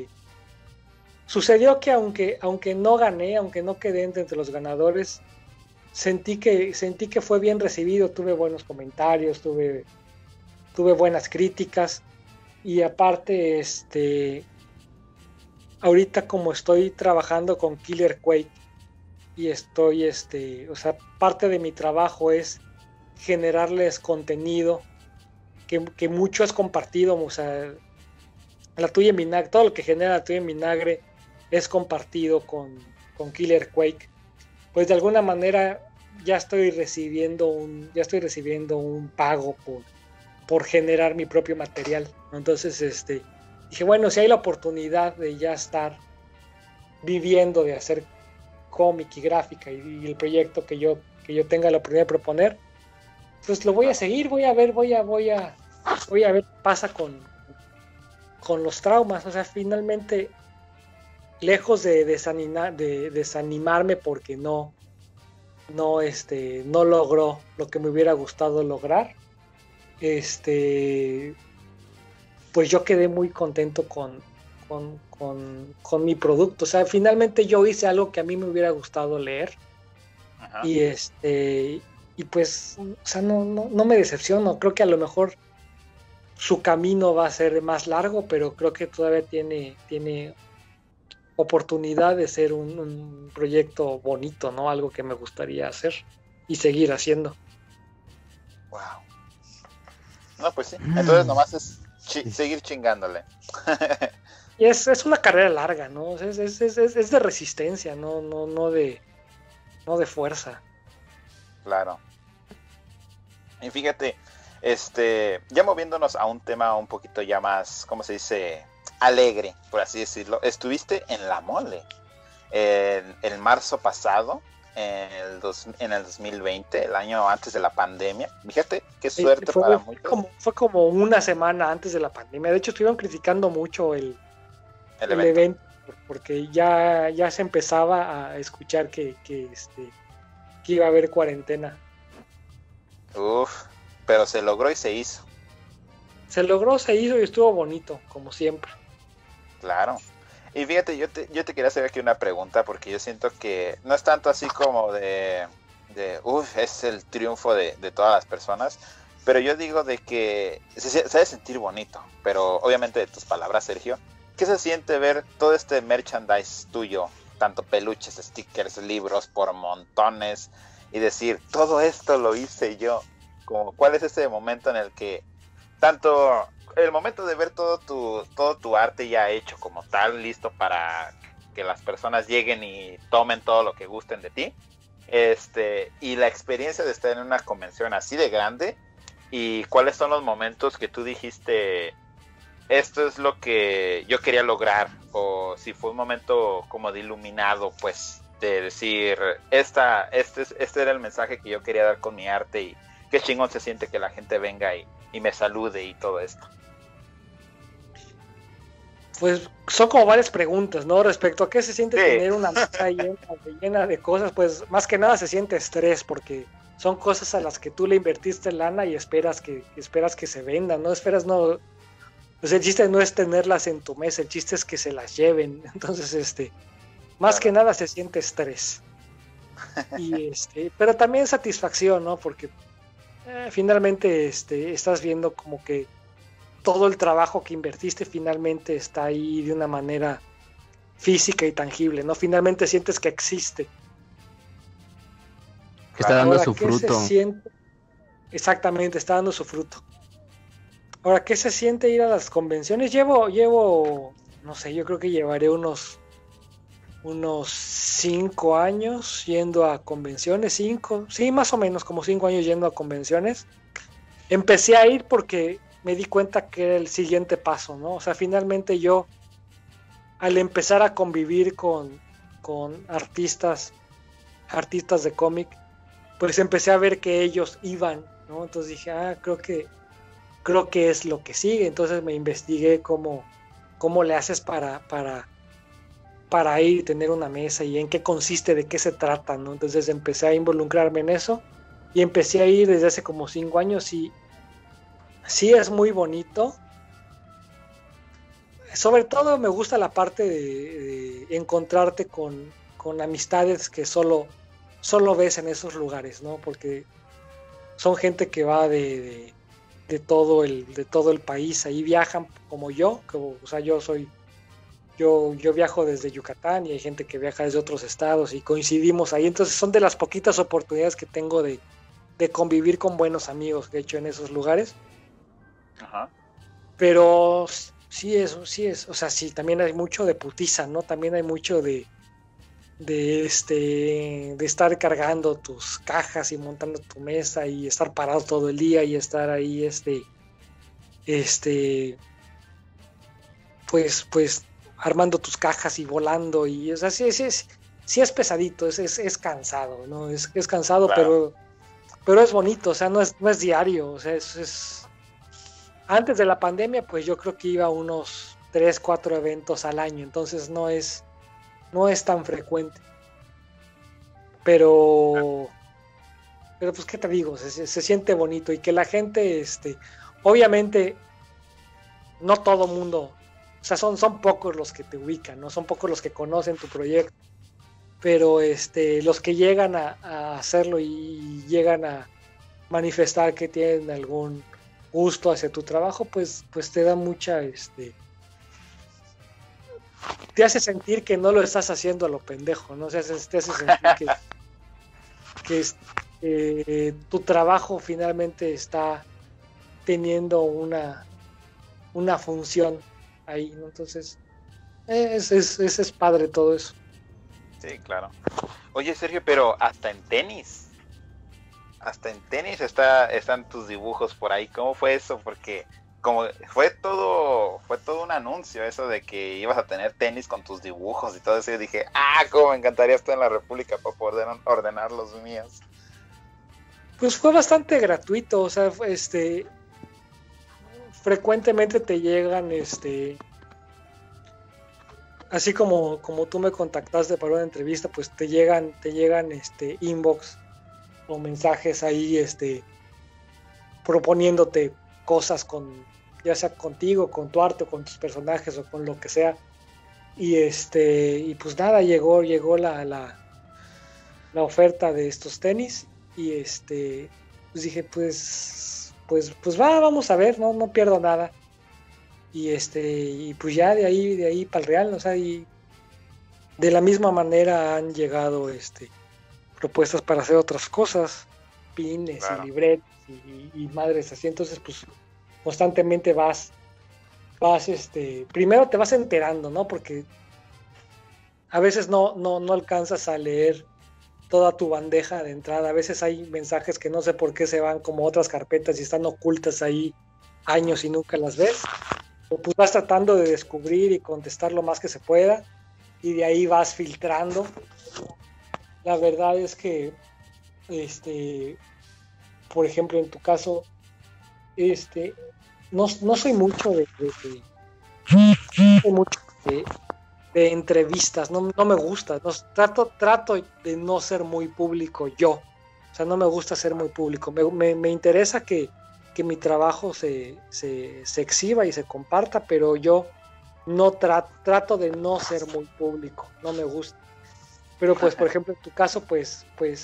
aunque no gané, aunque no quedé entre los ganadores, sentí que fue bien recibido, tuve buenos comentarios, tuve buenas críticas y aparte ahorita como estoy trabajando con Killer Quake y estoy o sea, parte de mi trabajo es generarles contenido que mucho es compartido, o sea, la tuya en vinagre, todo lo que genera la tuya en vinagre es compartido con Killer Quake. Pues de alguna manera ya estoy recibiendo un pago por generar mi propio material, ¿no? Entonces dije, bueno, si hay la oportunidad de ya estar viviendo de hacer cómic y gráfica y el proyecto que yo tenga la oportunidad de proponer, pues lo voy a seguir, voy a ver qué pasa con los traumas. O sea, finalmente, lejos de desanimarme porque no logró lo que me hubiera gustado lograr, pues yo quedé muy contento con mi producto. O sea, finalmente yo hice algo que a mí me hubiera gustado leer. Ajá. Y pues, o sea, no me decepciono. Creo que a lo mejor su camino va a ser más largo, pero creo que todavía tiene oportunidad de ser un proyecto bonito, ¿no? Algo que me gustaría hacer y seguir haciendo. Wow. No, pues sí. Entonces nomás es seguir chingándole. Y es una carrera larga, ¿no? Es de resistencia, no de fuerza. Claro. Y fíjate, ya moviéndonos a un tema un poquito ya más, ¿cómo se dice? Alegre, por así decirlo. Estuviste en La Mole el marzo pasado, en el 2020, el año antes de la pandemia. Fíjate, qué suerte para muchos. Fue como una semana antes de la pandemia. De hecho, estuvieron criticando mucho el evento, porque ya se empezaba a escuchar que iba a haber cuarentena. Uf, pero se logró y se hizo. Se logró, se hizo y estuvo bonito, como siempre. Claro. Y fíjate, yo te quería hacer aquí una pregunta, porque yo siento que no es tanto así como es el triunfo de todas las personas, pero yo digo de que se debe sentir bonito, pero obviamente de tus palabras, Sergio, ¿qué se siente ver todo este merchandise tuyo, tanto peluches, stickers, libros por montones, y decir, todo esto lo hice yo? Como, ¿cuál es ese momento en el que tanto el momento de ver todo tu arte ya hecho como tal, listo para que las personas lleguen y tomen todo lo que gusten de ti, y la experiencia de estar en una convención así de grande, y cuáles son los momentos que tú dijiste, esto es lo que yo quería lograr, o si fue un momento como de iluminado, pues, de decir, este era el mensaje que yo quería dar con mi arte, y qué chingón se siente que la gente venga y me salude y todo esto. Pues son como varias preguntas, ¿no? Respecto a qué se siente tener una mesa llena de cosas, pues más que nada se siente estrés, porque son cosas a las que tú le invertiste lana y esperas que se vendan, ¿no? Pues el chiste no es tenerlas en tu mesa, el chiste es que se las lleven. Entonces, más que nada se siente estrés. Y pero también satisfacción, ¿no? Porque finalmente estás viendo como que todo el trabajo que invertiste finalmente está ahí de una manera física y tangible, ¿no? Finalmente sientes que existe. Está dando Ahora, su ¿qué fruto. se siente? Exactamente, está dando su fruto. Ahora, ¿qué se siente ir a las convenciones? Llevo, no sé, yo creo que llevaré unos 5 años yendo a convenciones, 5, sí, más o menos como 5 años yendo a convenciones. Empecé a ir porque me di cuenta que era el siguiente paso, ¿no? O sea, finalmente yo, al empezar a convivir con artistas de cómic, pues empecé a ver que ellos iban, ¿no? Entonces dije, creo que es lo que sigue. Entonces me investigué cómo le haces para ir y tener una mesa y en qué consiste, de qué se trata, ¿no? Entonces empecé a involucrarme en eso y empecé a ir desde hace como 5 años y sí es muy bonito. Sobre todo me gusta la parte de encontrarte con amistades que solo ves en esos lugares, ¿no? Porque son gente que va de todo el país, ahí viajan como yo, o sea, yo viajo desde Yucatán y hay gente que viaja desde otros estados y coincidimos ahí, entonces son de las poquitas oportunidades que tengo de convivir con buenos amigos que he hecho en esos lugares. Ajá. Pero sí es, o sea, sí, también hay mucho de putiza, ¿no? También hay mucho de estar cargando tus cajas y montando tu mesa y estar parado todo el día y estar ahí, pues armando tus cajas y volando y, o sea, sí es pesadito, es cansado, ¿no? Es cansado, claro. pero es bonito, o sea, no es diario, o sea, es antes de la pandemia, pues yo creo que iba a unos 3-4 eventos al año, entonces no es tan frecuente. Pero pues qué te digo, se siente bonito y que la gente, obviamente no todo mundo, o sea, son pocos los que te ubican, no son pocos los que conocen tu proyecto, pero los que llegan a hacerlo y llegan a manifestar que tienen algún gusto hacia tu trabajo, pues te da mucha, te hace sentir que no lo estás haciendo a lo pendejo, ¿no? O sea, te hace sentir que tu trabajo finalmente está teniendo una función ahí, ¿no? Entonces, es padre todo eso. Sí, claro. Oye, Sergio, pero hasta en tenis están tus dibujos por ahí. ¿Cómo fue eso? Porque como fue todo un anuncio eso de que ibas a tener tenis con tus dibujos y todo eso, y dije, cómo me encantaría estar en la República para poder ordenar los míos. Pues fue bastante gratuito, o sea, frecuentemente te llegan, así como tú me contactaste para una entrevista, pues te llegan inbox o mensajes ahí, proponiéndote cosas ya sea contigo, con tu arte, o con tus personajes, o con lo que sea. Y pues nada, llegó la oferta de estos tenis, y pues dije, pues vamos a ver, no pierdo nada. Y pues ya de ahí para el Real, o sea, y de la misma manera han llegado propuestas para hacer otras cosas, pines, claro, y libretas y madres así. Entonces pues constantemente vas primero te vas enterando, ¿no? Porque a veces no alcanzas a leer toda tu bandeja de entrada. A veces hay mensajes que no sé por qué se van como otras carpetas y están ocultas ahí años y nunca las ves. Pues vas tratando de descubrir y contestar lo más que se pueda, y de ahí vas filtrando. La verdad es que por ejemplo, en tu caso, no soy mucho de entrevistas, no me gusta, trato de no ser muy público yo, o sea, no me gusta ser muy público, me interesa que mi trabajo se exhiba y se comparta, pero yo no trato de no ser muy público, no me gusta. Pero pues, por ejemplo, en tu caso, pues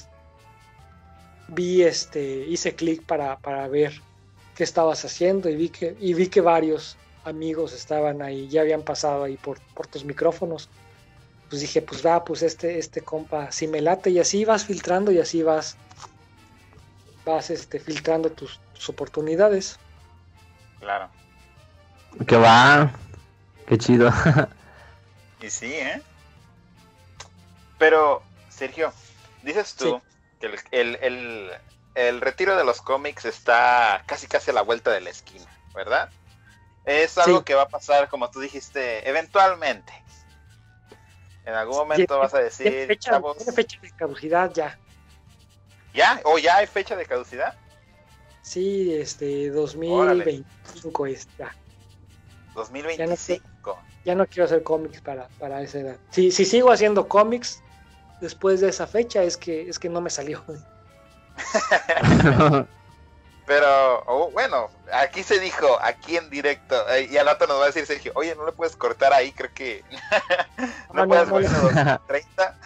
vi hice clic para ver qué estabas haciendo, y vi que varios amigos estaban ahí, ya habían pasado ahí por tus micrófonos. Pues dije, pues este compa si me late, y así vas filtrando, y así vas filtrando tus oportunidades. Claro. Que va, qué chido. Y sí, Pero, Sergio, dices tú, sí, que el retiro de los cómics está casi a la vuelta de la esquina, ¿verdad? Es algo, sí, que va a pasar, como tú dijiste, eventualmente. En algún momento vas a decir, chavos... Tiene fecha de caducidad ya. ¿Ya? ¿O ya hay fecha de caducidad? Sí, 2025 es ya. 2025. Ya no quiero hacer cómics para esa edad. Si sigo haciendo cómics después de esa fecha, es que no me salió. Pero, bueno, aquí se dijo, aquí en directo, y al rato nos va a decir Sergio, oye, no le puedes cortar ahí, creo que no puedes poner 2030.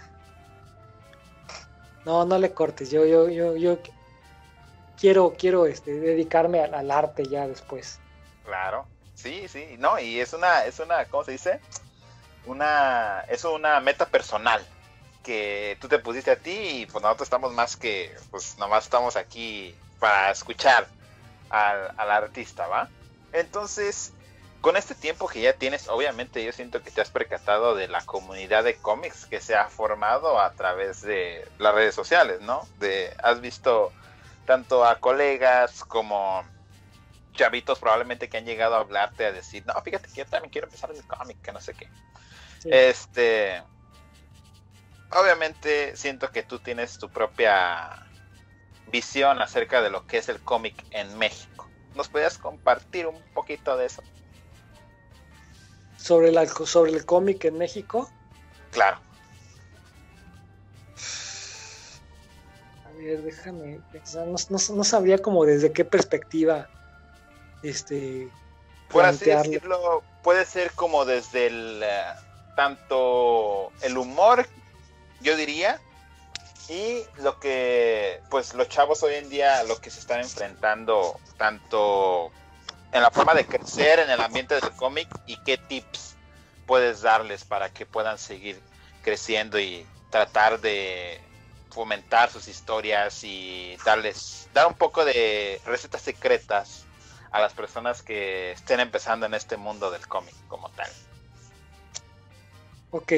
No le cortes, yo quiero dedicarme al arte ya después. Claro, sí, no, y es una, ¿cómo se dice? Es una meta personal que tú te pusiste a ti, y pues nosotros estamos nomás estamos aquí para escuchar al artista, ¿va? Entonces, con este tiempo que ya tienes, obviamente yo siento que te has percatado de la comunidad de cómics que se ha formado a través de las redes sociales, ¿no? Has visto tanto a colegas como chavitos probablemente que han llegado a hablarte, a decir, no, fíjate que yo también quiero empezar el cómic, que no sé qué. Sí. Obviamente siento que tú tienes tu propia visión acerca de lo que es el cómic en México. ¿Nos podrías compartir un poquito de eso? ¿Sobre el cómic en México? Claro. A ver, déjame pensar. No sabría como desde qué perspectiva por así decirlo, puede ser como desde tanto el humor, yo diría, y lo que pues los chavos hoy en día lo que se están enfrentando tanto en la forma de crecer en el ambiente del cómic, y qué tips puedes darles para que puedan seguir creciendo y tratar de fomentar sus historias y dar un poco de recetas secretas a las personas que estén empezando en este mundo del cómic como tal. Ok.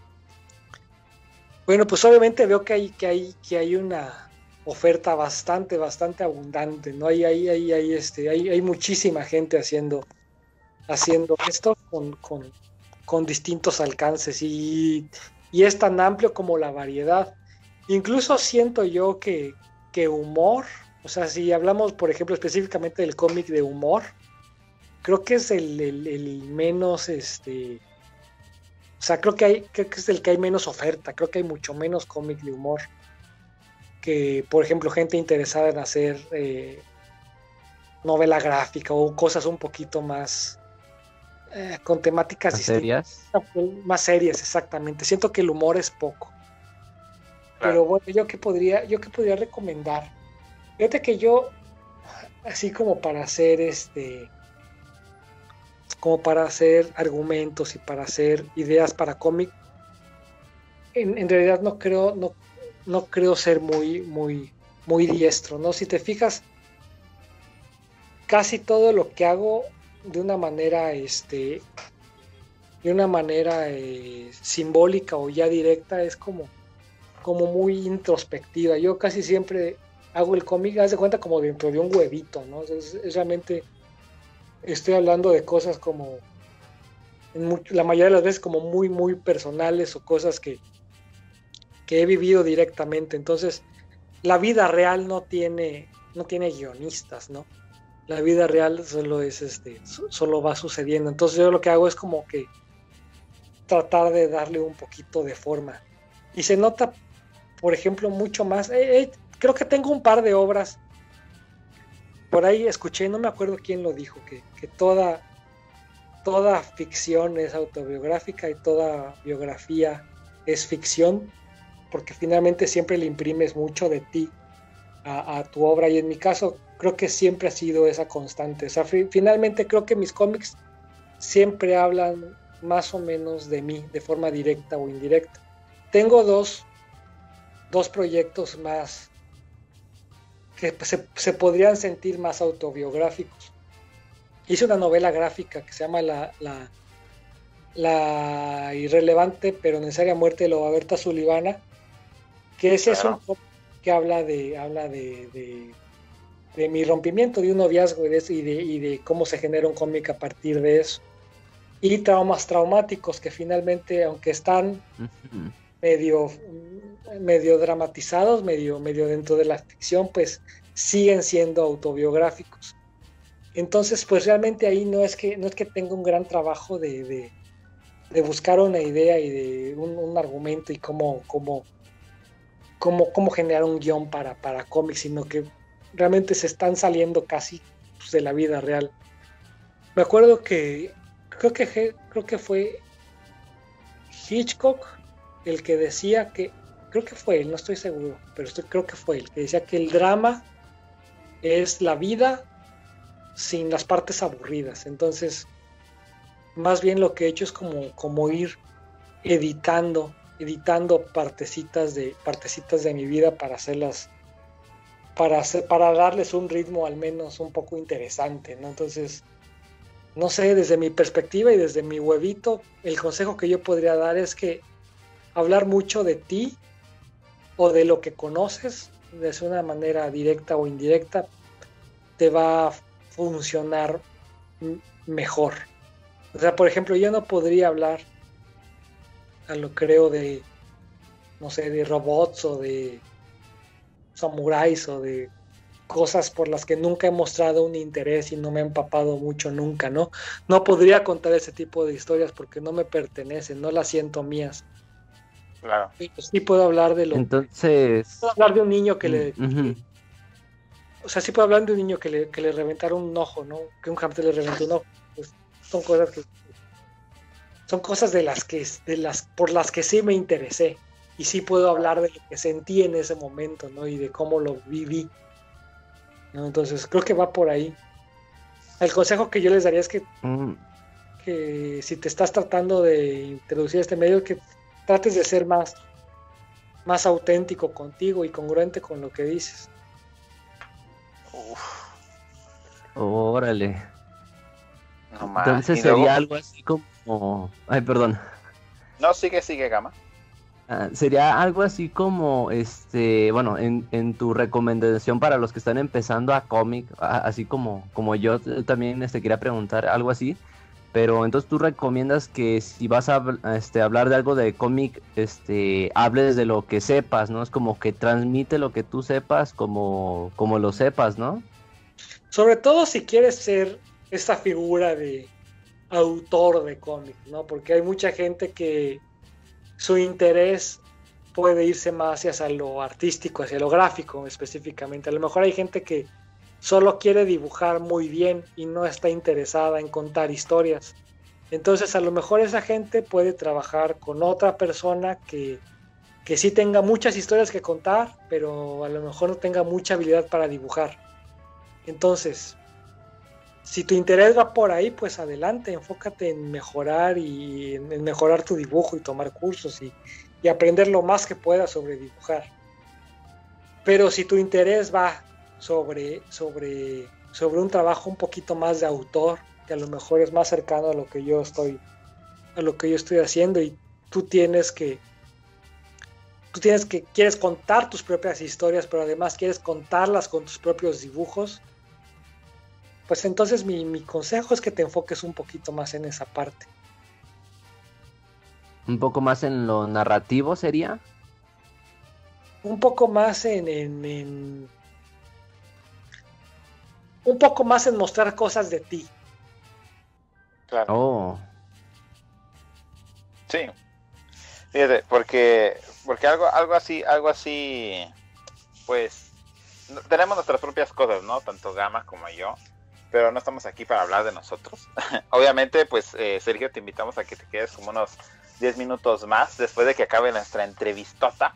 Bueno, pues obviamente veo que hay una oferta bastante abundante, ¿no? Hay muchísima gente haciendo esto con distintos alcances, y es tan amplio como la variedad. Incluso siento yo que humor, o sea, si hablamos, por ejemplo, específicamente del cómic de humor, creo que es el menos, o sea, creo que es el que hay menos oferta. Creo que hay mucho menos cómic de humor que, por ejemplo, gente interesada en hacer novela gráfica o cosas un poquito más con temáticas ¿Serias? más serias, exactamente. Siento que el humor es poco. Claro. Pero bueno, yo qué podría recomendar. Fíjate que yo, así como para hacer como para hacer argumentos y para hacer ideas para cómic, en realidad no creo ser muy diestro, ¿no? Si te fijas, casi todo lo que hago de una manera simbólica o ya directa es como muy introspectiva. Yo casi siempre hago el cómic, haz de cuenta, como dentro de un huevito, ¿no? Es realmente estoy hablando de cosas como la mayoría de las veces como muy personales o cosas que he vivido directamente. Entonces la vida real no tiene guionistas, ¿no? La vida real solo es solo va sucediendo. Entonces yo lo que hago es como que tratar de darle un poquito de forma. Y se nota, por ejemplo, mucho más. Creo que tengo un par de obras. Por ahí escuché, no me acuerdo quién lo dijo, que toda ficción es autobiográfica y toda biografía es ficción, porque finalmente siempre le imprimes mucho de ti a tu obra, y en mi caso creo que siempre ha sido esa constante. O sea, finalmente creo que mis cómics siempre hablan más o menos de mí, de forma directa o indirecta. Tengo dos proyectos más que se podrían sentir más autobiográficos. Hice una novela gráfica que se llama la irrelevante pero necesaria muerte de Lobaberta Sullivan, que ese es un cómic que habla de mi rompimiento de un noviazgo y de cómo se genera un cómic a partir de eso. Y traumas traumáticos que finalmente, aunque están medio dramatizados, medio dentro de la ficción, pues siguen siendo autobiográficos. Entonces, pues realmente ahí no es que tenga un gran trabajo de buscar una idea y de un argumento y cómo generar un guión para cómics, sino que realmente se están saliendo casi pues, de la vida real. Me acuerdo que creo que fue Hitchcock el que decía creo que fue él, no estoy seguro, pero creo que fue él, que decía que el drama es la vida sin las partes aburridas. Entonces, más bien lo que he hecho es como ir editando partecitas de mi vida para hacerlas, para darles un ritmo al menos un poco interesante, ¿no? Entonces, no sé, desde mi perspectiva y desde mi huevito, el consejo que yo podría dar es que hablar mucho de ti o de lo que conoces de una manera directa o indirecta te va a funcionar mejor. O sea, por ejemplo, yo no podría hablar de, no sé, de robots o de samuráis o de cosas por las que nunca he mostrado un interés y no me he empapado mucho nunca, ¿no? No podría contar ese tipo de historias porque no me pertenecen, no las siento mías. Claro. Sí puedo hablar de Entonces... Puedo hablar de un niño o sea, sí puedo hablar de un niño que le reventaron un ojo, ¿no? Que un hámster le reventó un ojo. Pues son cosas por las que sí me interesé. Y sí puedo hablar de lo que sentí en ese momento, ¿no? Y de cómo lo viví, ¿no? Entonces creo que va por ahí. El consejo que yo les daría es que si te estás tratando de introducir a este medio, que trates de ser más auténtico contigo y congruente con lo que dices. Órale. No más. Entonces sería algo así como... Ay, perdón. No, sigue, Gama. Sería algo así como, bueno, en tu recomendación para los que están empezando a cómic, así como yo también quería preguntar algo así, pero entonces tú recomiendas que si vas a hablar de algo de cómic, hables de lo que sepas, ¿no? Es como que transmite lo que tú sepas como lo sepas, ¿no? Sobre todo si quieres ser esa figura de autor de cómic, ¿no? Porque hay mucha gente que su interés puede irse más hacia lo artístico, hacia lo gráfico específicamente. A lo mejor hay gente que solo quiere dibujar muy bien y no está interesada en contar historias. Entonces a lo mejor esa gente puede trabajar con otra persona que sí tenga muchas historias que contar, pero a lo mejor no tenga mucha habilidad para dibujar. Entonces, si tu interés va por ahí, pues adelante, enfócate en mejorar y en mejorar tu dibujo y tomar cursos y aprender lo más que puedas sobre dibujar. Pero si tu interés va sobre un trabajo un poquito más de autor, que a lo mejor es más cercano a lo que yo estoy haciendo, y tú quieres contar tus propias historias, pero además quieres contarlas con tus propios dibujos, pues entonces mi consejo es que te enfoques un poquito más en esa parte. Un poco más en lo narrativo sería. Un poco más un poco más en mostrar cosas de ti. Claro. Oh, Sí. Fíjate, porque algo así, pues, tenemos nuestras propias cosas, ¿no? Tanto Gama como yo, pero no estamos aquí para hablar de nosotros. Obviamente, pues, Sergio, te invitamos a que te quedes como unos 10 minutos más después de que acabe nuestra entrevistota.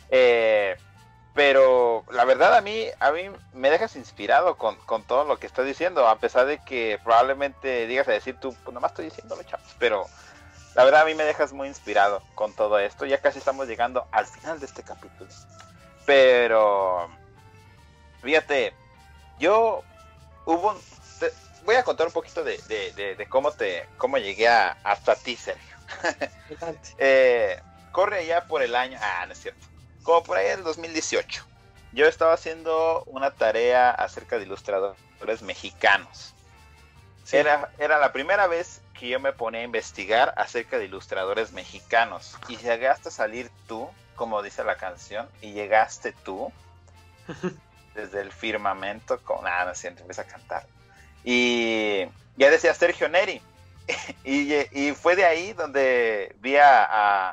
Pero la verdad a mí me dejas inspirado con todo lo que estás diciendo, a pesar de que probablemente digas a decir tú, pues nomás estoy diciéndolo, chavos, pero la verdad a mí me dejas muy inspirado con todo esto. Ya casi estamos llegando al final de este capítulo, pero fíjate, voy a contar un poquito de cómo llegué hasta ti, Sergio. Corre allá por el año, no es cierto, como por ahí del 2018. Yo estaba haciendo una tarea acerca de ilustradores mexicanos. Sí. Era la primera vez que yo me ponía a investigar acerca de ilustradores mexicanos. Y llegaste a salir tú, como dice la canción, y llegaste tú desde el firmamento con... no es cierto, empieza a cantar. Y ya decía Sergio Neri. y fue de ahí donde vi a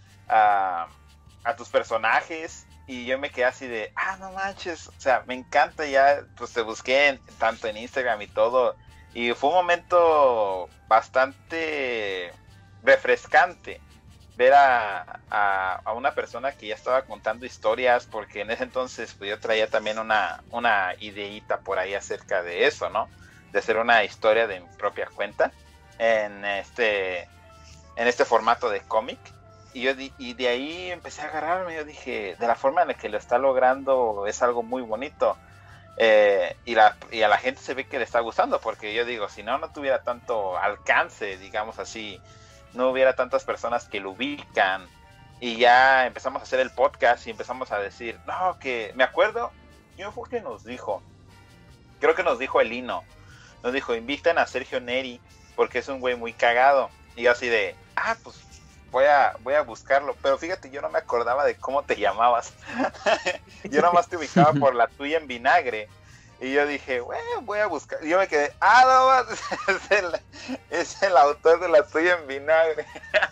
tus personajes, y yo me quedé así de, no manches, o sea, me encanta. Ya pues te busqué tanto en Instagram y todo, y fue un momento bastante refrescante ver a una persona que ya estaba contando historias, porque en ese entonces pues yo traía también una ideita por ahí acerca de eso, ¿no? De hacer una historia de mi propia cuenta en este formato de cómic. Y de ahí empecé a agarrarme. Yo dije, de la forma en la que lo está logrando es algo muy bonito, y a la gente se ve que le está gustando, porque yo digo, si no tuviera tanto alcance, digamos así, no hubiera tantas personas que lo ubican. Y ya empezamos a hacer el podcast y empezamos a decir, no, que me acuerdo, ¿quién fue que nos dijo? Creo que nos dijo el Lino, nos dijo, inviten a Sergio Neri porque es un güey muy cagado. Y yo así de, pues voy a buscarlo. Pero fíjate, yo no me acordaba de cómo te llamabas. Yo nomás te ubicaba por La Tuya en Vinagre. Y yo dije, bueno, voy a buscar. Y yo me quedé, no más, es el autor de La Tuya en Vinagre.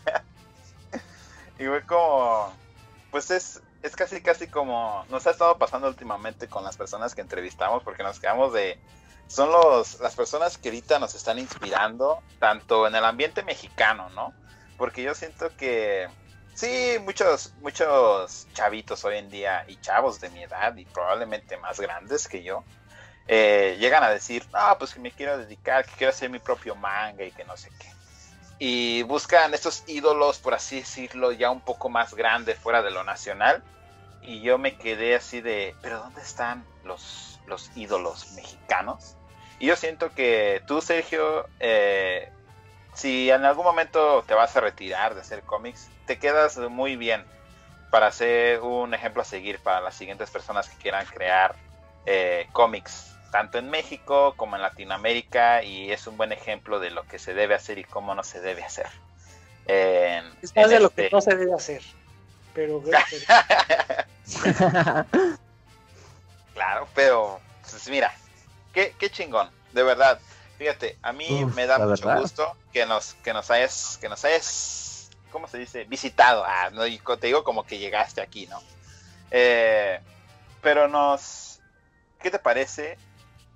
Y fue como, pues es casi como nos ha estado pasando últimamente con las personas que entrevistamos, porque nos quedamos son las personas que ahorita nos están inspirando, tanto en el ambiente mexicano, ¿no? Porque yo siento que sí, muchos chavitos hoy en día, y chavos de mi edad, y probablemente más grandes que yo, llegan a decir, pues que me quiero dedicar, que quiero hacer mi propio manga y que no sé qué. Y buscan estos ídolos, por así decirlo, ya un poco más grandes, fuera de lo nacional. Y yo me quedé así de, ¿pero dónde están los ídolos mexicanos? Y yo siento que tú, Sergio, si en algún momento te vas a retirar de hacer cómics, te quedas muy bien para ser un ejemplo a seguir para las siguientes personas que quieran crear cómics, tanto en México como en Latinoamérica, y es un buen ejemplo de lo que se debe hacer y cómo no se debe hacer. Es más de lo que no se debe hacer, pero... Claro, pero pues mira, qué chingón, de verdad. Fíjate, a mí me da mucho gusto que nos hayas, ¿cómo se dice? Visitado. No, te digo como que llegaste aquí, ¿no? Pero ¿qué te parece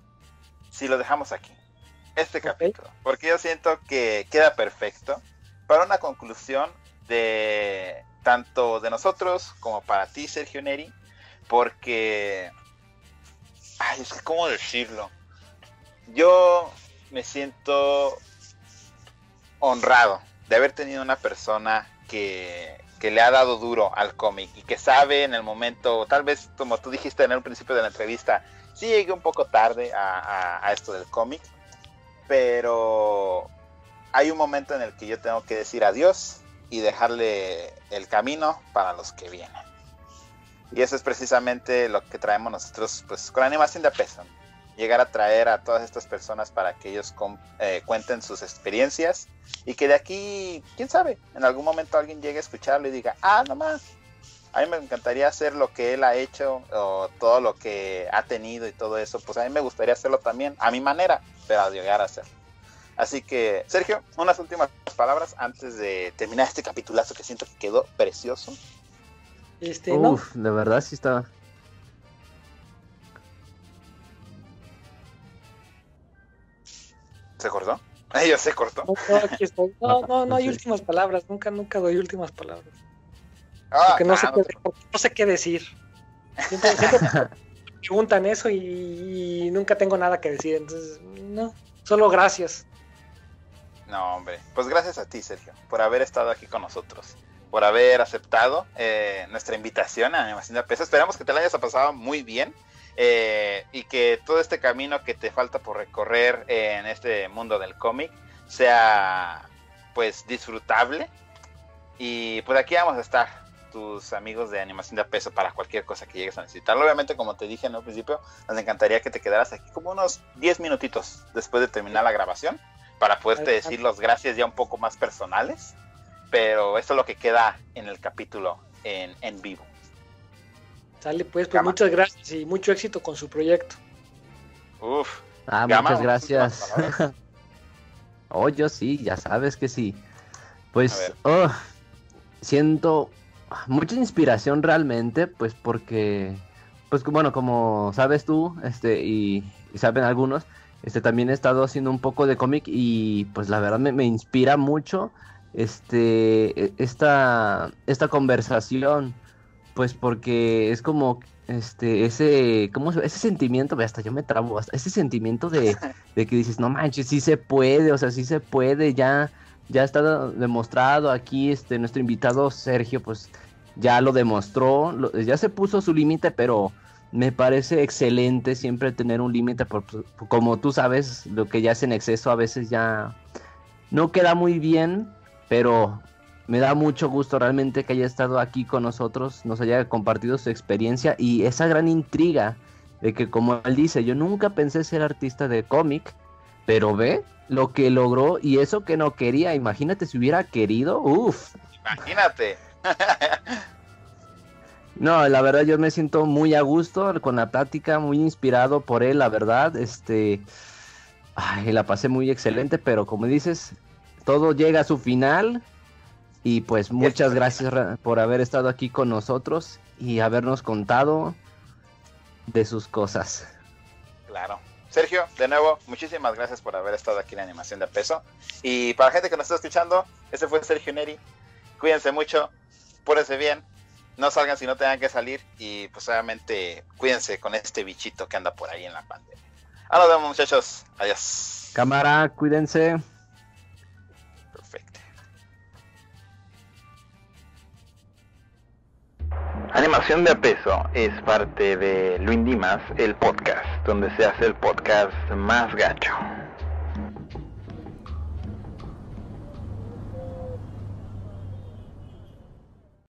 si lo dejamos aquí, este Ok. capítulo? Porque yo siento que queda perfecto para una conclusión de tanto de nosotros como para ti, Sergio Neri, porque, ay, es que cómo decirlo, yo me siento honrado de haber tenido una persona que le ha dado duro al cómic y que sabe en el momento, tal vez como tú dijiste en el principio de la entrevista, sí llegué un poco tarde a esto del cómic, pero hay un momento en el que yo tengo que decir adiós y dejarle el camino para los que vienen. Y eso es precisamente lo que traemos nosotros, pues, con Animación de a Peso. Llegar a traer a todas estas personas para que ellos cuenten sus experiencias y que de aquí, quién sabe, en algún momento alguien llegue a escucharlo y diga, nomás, a mí me encantaría hacer lo que él ha hecho o todo lo que ha tenido y todo eso, pues a mí me gustaría hacerlo también a mi manera, pero a llegar a hacerlo. Así que, Sergio, unas últimas palabras antes de terminar este capitulazo que siento que quedó precioso. ¿No? Uf, de verdad sí está. ¿Se cortó? Yo se cortó. No, aquí estoy. No hay últimas palabras. Nunca doy últimas palabras. Ah, Porque no sé qué decir. Siempre me preguntan eso y nunca tengo nada que decir. Entonces, no. Solo gracias. No, hombre. Pues gracias a ti, Sergio, por haber estado aquí con nosotros, por haber aceptado nuestra invitación a Animación de a Peso. Esperamos que te la hayas pasado muy bien y que todo este camino que te falta por recorrer en este mundo del cómic sea, pues, disfrutable. Y pues aquí vamos a estar, tus amigos de Animación de a Peso, para cualquier cosa que llegues a necesitar. Obviamente, como te dije en un principio, nos encantaría que te quedaras aquí como unos 10 minutitos después de terminar la grabación, para poderte decir los gracias ya un poco más personales, pero esto es lo que queda en el capítulo en vivo. Sale pues Gama. muchas gracias y mucho éxito con su proyecto. Uf. Muchas unas gracias. últimas palabras. Yo sí, ya sabes que sí. A Pues ver. siento mucha inspiración realmente, pues porque, pues bueno, como sabes tú, y saben algunos, también he estado haciendo un poco de cómic y pues la verdad me inspira mucho esta conversación, pues porque es como ese sentimiento, hasta yo me trabo, hasta ese sentimiento de que dices, no manches, sí se puede, o sea, sí se puede, ya está demostrado aquí, nuestro invitado Sergio, pues ya lo demostró, ya se puso su límite, pero me parece excelente siempre tener un límite, como tú sabes, lo que ya es en exceso a veces ya no queda muy bien, pero me da mucho gusto realmente que haya estado aquí con nosotros, nos haya compartido su experiencia y esa gran intriga de que, como él dice, yo nunca pensé ser artista de cómic, pero ve lo que logró y eso que no quería, imagínate si hubiera querido, uff. Imagínate. No, la verdad yo me siento muy a gusto con la plática, muy inspirado por él, la verdad, la pasé muy excelente, pero como dices, todo llega a su final y pues muchas gracias por haber estado aquí con nosotros y habernos contado de sus cosas. Claro. Sergio, de nuevo, muchísimas gracias por haber estado aquí en Animación de a Peso. Y para la gente que nos está escuchando, ese fue Sergio Neri. Cuídense mucho, pórtense bien, no salgan si no tengan que salir y pues obviamente cuídense con este bichito que anda por ahí en la pandemia. Nos vemos, muchachos. Adiós. Cámara, cuídense. Perfecto. Animación de a Peso es parte de Luis Dimas, el podcast, donde se hace el podcast más gacho.